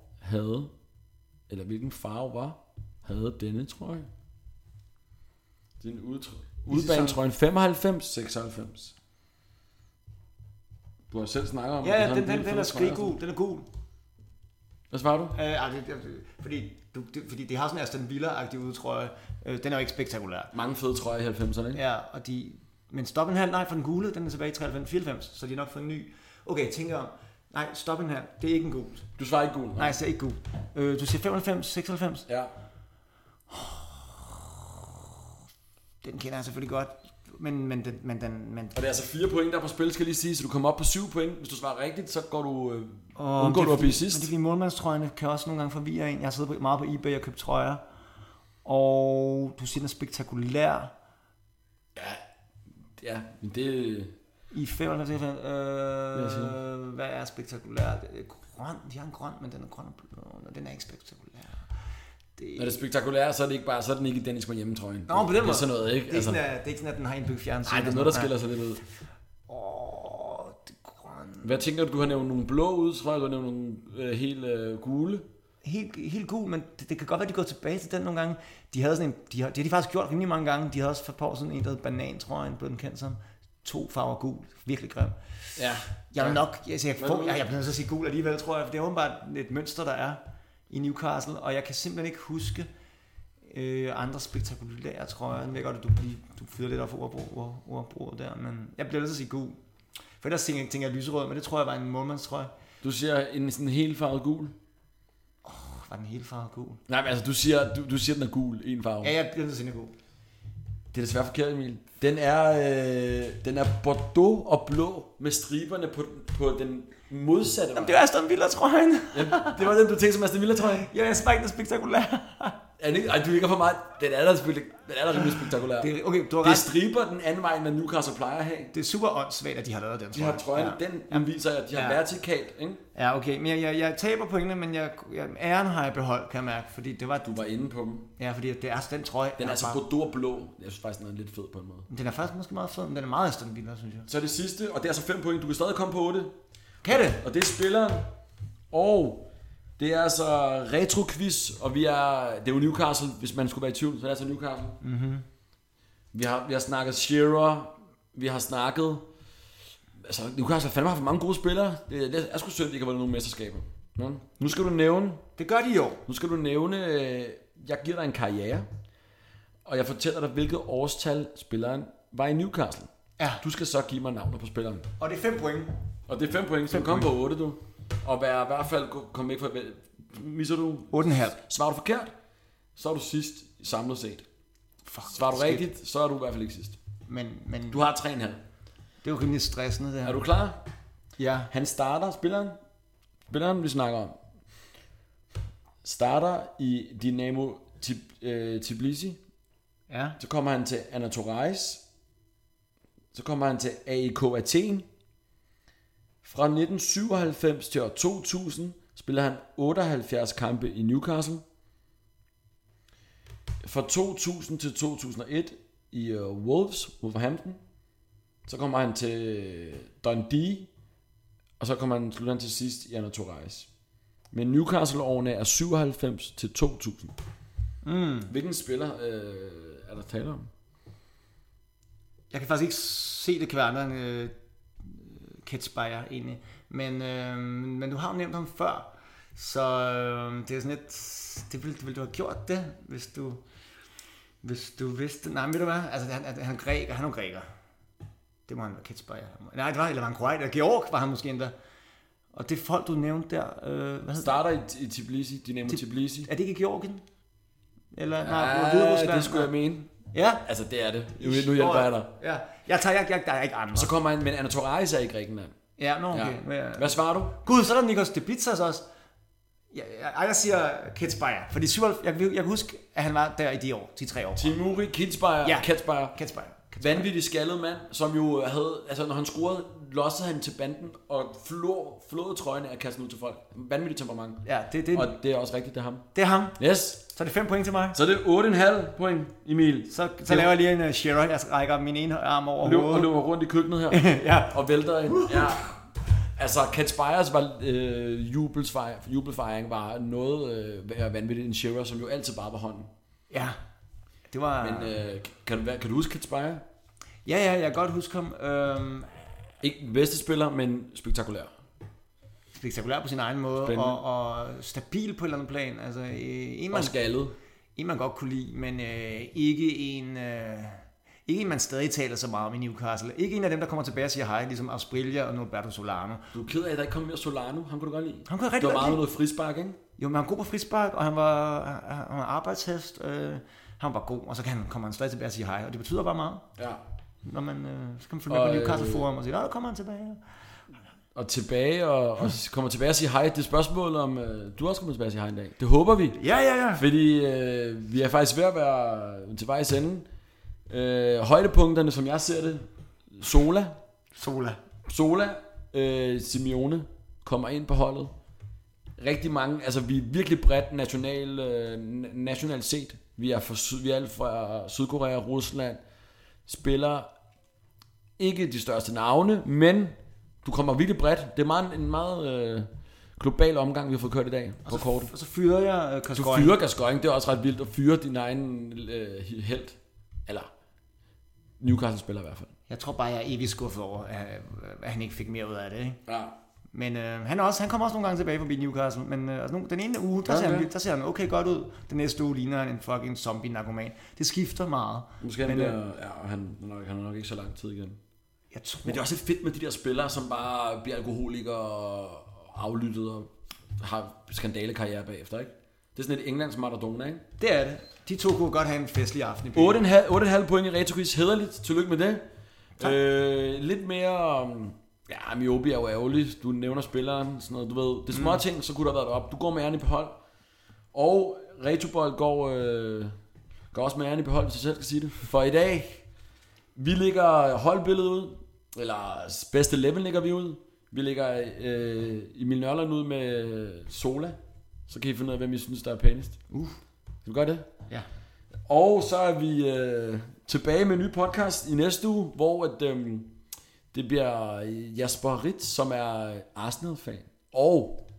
havde denne trøje? Det er en udebanetrøjen 95-96. Du har selv snakket om ja, den er skriggul. Den er gul. Hvad svarer du? Fordi de har sådan en Aston Villa-agtig udtrøje. Den er jo ikke spektakulær. Mange fede trøjer i 90'erne, ikke? Ja, men Stoppenhand, nej, for den gule, den er tilbage i 93, så de har nok fået en ny. Okay, jeg tænker om, nej, Stoppenhand, det er ikke en gul. Du svarer ikke gul? Nej, jeg siger ikke gul. Du siger 95, 96? Ja. Den kender jeg selvfølgelig godt. Men Og det er altså 4 point, der er på spil, skal jeg lige sige, så du kommer op på 7 point. Hvis du svarer rigtigt, så går du undgår du at blive sidst. Men det er fordi målmandstrøjerne kan også nogle gange forvirre en. Jeg har siddet meget på eBay og købt trøjer. Og du siger, den er spektakulær. Ja, men det... I 95, hvad er spektakulær? Grøn, de har en grøn, men den er grøn og blå, og den er ikke spektakulær. Når det er spektakulært, så er det ikke bare, så er den ikke identisk med hjemmetrøjen. Nå, på den måde. Det er sådan noget, ikke? Det er, det er ikke sådan, at den har indbygget fjernsyn. Nej, det er noget, der skiller sig lidt ud. Det er grøn. Hvad tænker du? Du har nævnt nogle blå ud, tror jeg, du har nævnt nogle helt gule. Helt gul, men det kan godt være, de går tilbage til den nogle gange. De havde sådan en, det har de faktisk gjort rimelig mange gange. De havde også på sådan en, der hed banantrøjen, blev den kendt som. 2 farver gul. Virkelig grim. Ja. Jeg vil nok, jeg bliver nødt til at sige gul alligevel, tror jeg, for det er åbenbart et mønster, der er i Newcastle, og jeg kan simpelthen ikke huske andre spektakulære trøjer. Jeg ved godt, at du fyrer lidt op for ordbruget der, men jeg bliver nødt til at sige gul. For ellers tænker jeg lyserød, men det tror jeg var en målmandstrøje. Du siger en sådan helt farvet gul? Var den helt farvet gul? Nej, men altså du siger den er gul, en farve. Ja, jeg bliver nødt til at sige den er gul. Det er desværre forkert, Emil. Den er bordeaux og blå med striberne på den modsatte. Jamen, det er Aston Villa-trøjen. Ja, det var den, du tænkte som Aston Villa-trøjen? Ja, jeg er ikke spektakulær. Ej, du ligger for meget. Den er der rimelig spektakulær. Det er striber den anden vej, end Newcastle plejer at have. Det er super åndssvagt, at de har lavet den trøje. De har trøjen, den viser, at de har vertikalt, ikke? Ja, okay, men jeg taber pointene, men æren har jeg beholdt, kan jeg mærke, fordi det var... Du var inde på dem. Ja, fordi det er den trøje... Den er altså bordeaux blå. Jeg synes faktisk, den er lidt fed på en måde. Den er faktisk måske meget fed, men den er meget Aston Villa, synes jeg. Så det sidste, og det er altså 5 point. Du kan stadig komme på 8. Kan det? Og det er spilleren. Og det er altså retro-quiz, og det er jo Newcastle, hvis man skulle være i tvivl, så er det altså Newcastle. Mm-hmm. Vi har snakket Shearer, vi har snakket... Altså, Newcastle har fandme haft mange gode spillere. Det er sgu synd, at de ikke har vundet nogle mesterskaber. Nu skal du nævne... Det gør de jo. Nu skal du nævne... Jeg giver dig en karriere, og jeg fortæller dig, hvilket årstal spilleren var i Newcastle. Ja. Du skal så give mig navnet på spilleren. Og det er 5 point. Og det er 5 point, så kom på 8, du. Og i hvert fald kom ikke fra... Misser du? 8,5. Svarer du forkert, så er du sidst samlet set. Svarer du rigtigt, så er du i hvert fald ikke sidst. Men du har 3,5. Det er jo rimelig stressende, det her. Er du klar? Ja. Han starter, spilleren vi snakker om, starter i Dynamo Tbilisi. Ja. Så kommer han til Anatorais. Så kommer han til AEK Athen. Fra 1997 til år 2000 spiller han 78 kampe i Newcastle. Fra 2000 til 2001 i Wolverhampton. Så kommer han til Dundee. Og så slutter han til sidst i Anatorais. Men Newcastle-årene er 97 til 2000. Hvilken spiller er der tale om? Jeg kan faktisk ikke se det kan være andre end Ketchbayer egentlig. Men du har jo nævnt ham før. Så det er sådan lidt... Det ville du have gjort det, hvis du vidste... Nej, men ved du hvad? Altså, han er græker. Han er græker. Det må han være Ketchbayer. Nej, det var, eller var han kroat. Eller Georg var han måske endda. Og det folk, du nævnte der... hvad starter i Tbilisi. Dynamo Tbilisi. Er det ikke Georgien? Eller nej, det skulle jeg mene. Ja. Altså, det er det. Nu hjælper jeg dig. Ja. Der er ikke andre. Så kommer han, men Anatorais er i Grækenland. Ja, okay. Ja. Hvad svarer du? Gud, så er der Nikos Debitsas også. Jeg siger Ketchbayer, fordi jeg kan huske, at han var der i de år, de 3 år. Timuri Ketchbayer. Ja. Ketchbayer. Vanvittig skaldet mand, som jo havde, altså når han scorede, lossede han til banden og flåede trøjerne og kastede ud til folk. Vanvittig temperament. Ja, og det er også rigtigt, det er ham. Det er ham? Yes. Så er det 5 point til mig. Så det er 8,5 point, Emil. Så laver jeg lige en Shearer. Jeg rækker min ene arm over hovedet. Og løber rundt i køkkenet her. Ja. Og vælter en. Ja. Altså, Ketchbayers var jubelfejring var noget vanvittigt en Shearer, som jo altid bare var hånden. Ja. Det var... Men kan du huske Ketchbayer? Ja, jeg kan godt huske ham. Ikke den bedste spiller, men spektakulær. Spektakulær på sin egen måde, og stabil på et eller andet plan. Altså, og skaldet. En man godt kunne lide, men ikke en man stadig taler så meget om i Newcastle. Ikke en af dem, der kommer tilbage og siger hej, ligesom Asprilla og Norberto Solano. Du er ked af, at der ikke kom mere Solano. Han kunne du godt lide. Han kunne rigtig godt lide. Det var meget noget frispark, ikke? Jo, men han var god på frispark, og han var arbejdshest. Han var god, og så kommer han stadig tilbage og sige hej, og det betyder bare meget. Ja. Når man, så kan man følge med på Newcastle Forum og sige, der kommer han tilbage. Og kommer tilbage og sige hej. Det er spørgsmålet om, du også kommer tilbage og sige hej en dag. Det håber vi. Ja. Fordi vi er faktisk ved at være til vejs ende. Højdepunkterne, som jeg ser det. Sola. Simeone kommer ind på holdet. Rigtig mange, altså vi er virkelig bredt nationalt set. Vi er alt fra Sydkorea, Rusland. Spiller ikke de største navne, men du kommer virkelig bredt. Det er en meget global omgang, vi har fået kørt i dag på kortet. Og så fyrer jeg Gascoigne. Du fyrer Gascoigne, det er også ret vildt at fyre din egen helt. Eller Newcastle spiller i hvert fald. Jeg tror bare, jeg er evigt skuffet over, at han ikke fik mere ud af det. Ikke? Ja. Men han kommer også nogle gange tilbage forbi Newcastle, men den ene uge, der ser han okay godt ud. Den næste uge ligner han en fucking zombie-narkoman. Det skifter meget. Måske han har nok ikke så lang tid igen. Jeg tror... Men det er også fedt med de der spillere, som bare bliver alkoholikere og aflyttet og har skandalekarriere bagefter, ikke? Det er sådan et Englands Maradona, ikke? Det er det. De to kunne godt have en festlig aften i byen. 8,5 point i RetroQuiz. Hæderligt. Tillykke med det. Lidt mere... Ja, Miobi er jo ærgerlig. Du nævner spilleren, sådan noget, du ved. Det er små ting, så kunne der have været op. Du går med æren i behold. Og Retrobold går også med æren i behold, hvis jeg selv skal sige det. For i dag, vi lægger holdbilledet ud. Eller bedste 11 lægger vi ud. Vi lægger Emil Nørland ud med Sola. Så kan I finde ud af, hvem I synes, der er pænest. Skal vi gøre det? Ja. Og så er vi tilbage med en ny podcast i næste uge, hvor det bliver Jasper Ritz, som er Arsenal-fan. Og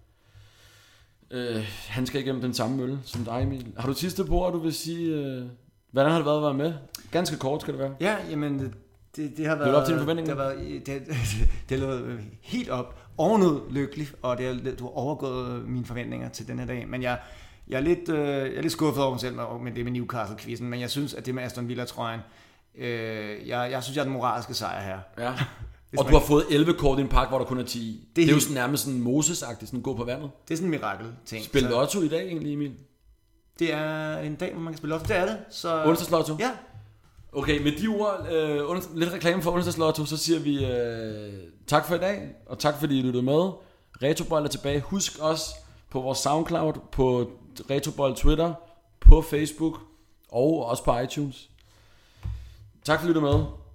han skal igennem den samme mølle som dig, Emil. Har du sidste på, at du vil sige, hvordan har det været at være med? Ganske kort skal det være. Ja, jamen det har været... Det op til dine forventninger? Det har været helt op. Ovenud lykkelig, og du har overgået mine forventninger til den her dag. Men jeg er lidt skuffet over mig selv med det med Newcastle-quizzen, men jeg synes, at det med Aston Villa-trøjen, jeg synes, jeg er den moralske sejr her. Ja. Og du har fået 11 kort i en pakke, hvor der kun er 10. Det er jo sådan nærmest sådan Moses-agtigt, sådan gå på vandet. Det er sådan en mirakel-ting. Spil lotto i dag egentlig, Emil? Det er en dag, hvor man kan spille lotto. Det er det. Så... Onsdagslotto? Ja. Okay, med de ord, lidt reklame for onsdagslotto, så siger vi tak for i dag, og tak fordi I lyttede med. Retrobold er tilbage. Husk os på vores SoundCloud, på Retrobold Twitter, på Facebook og også på iTunes. Tak for at lytte med.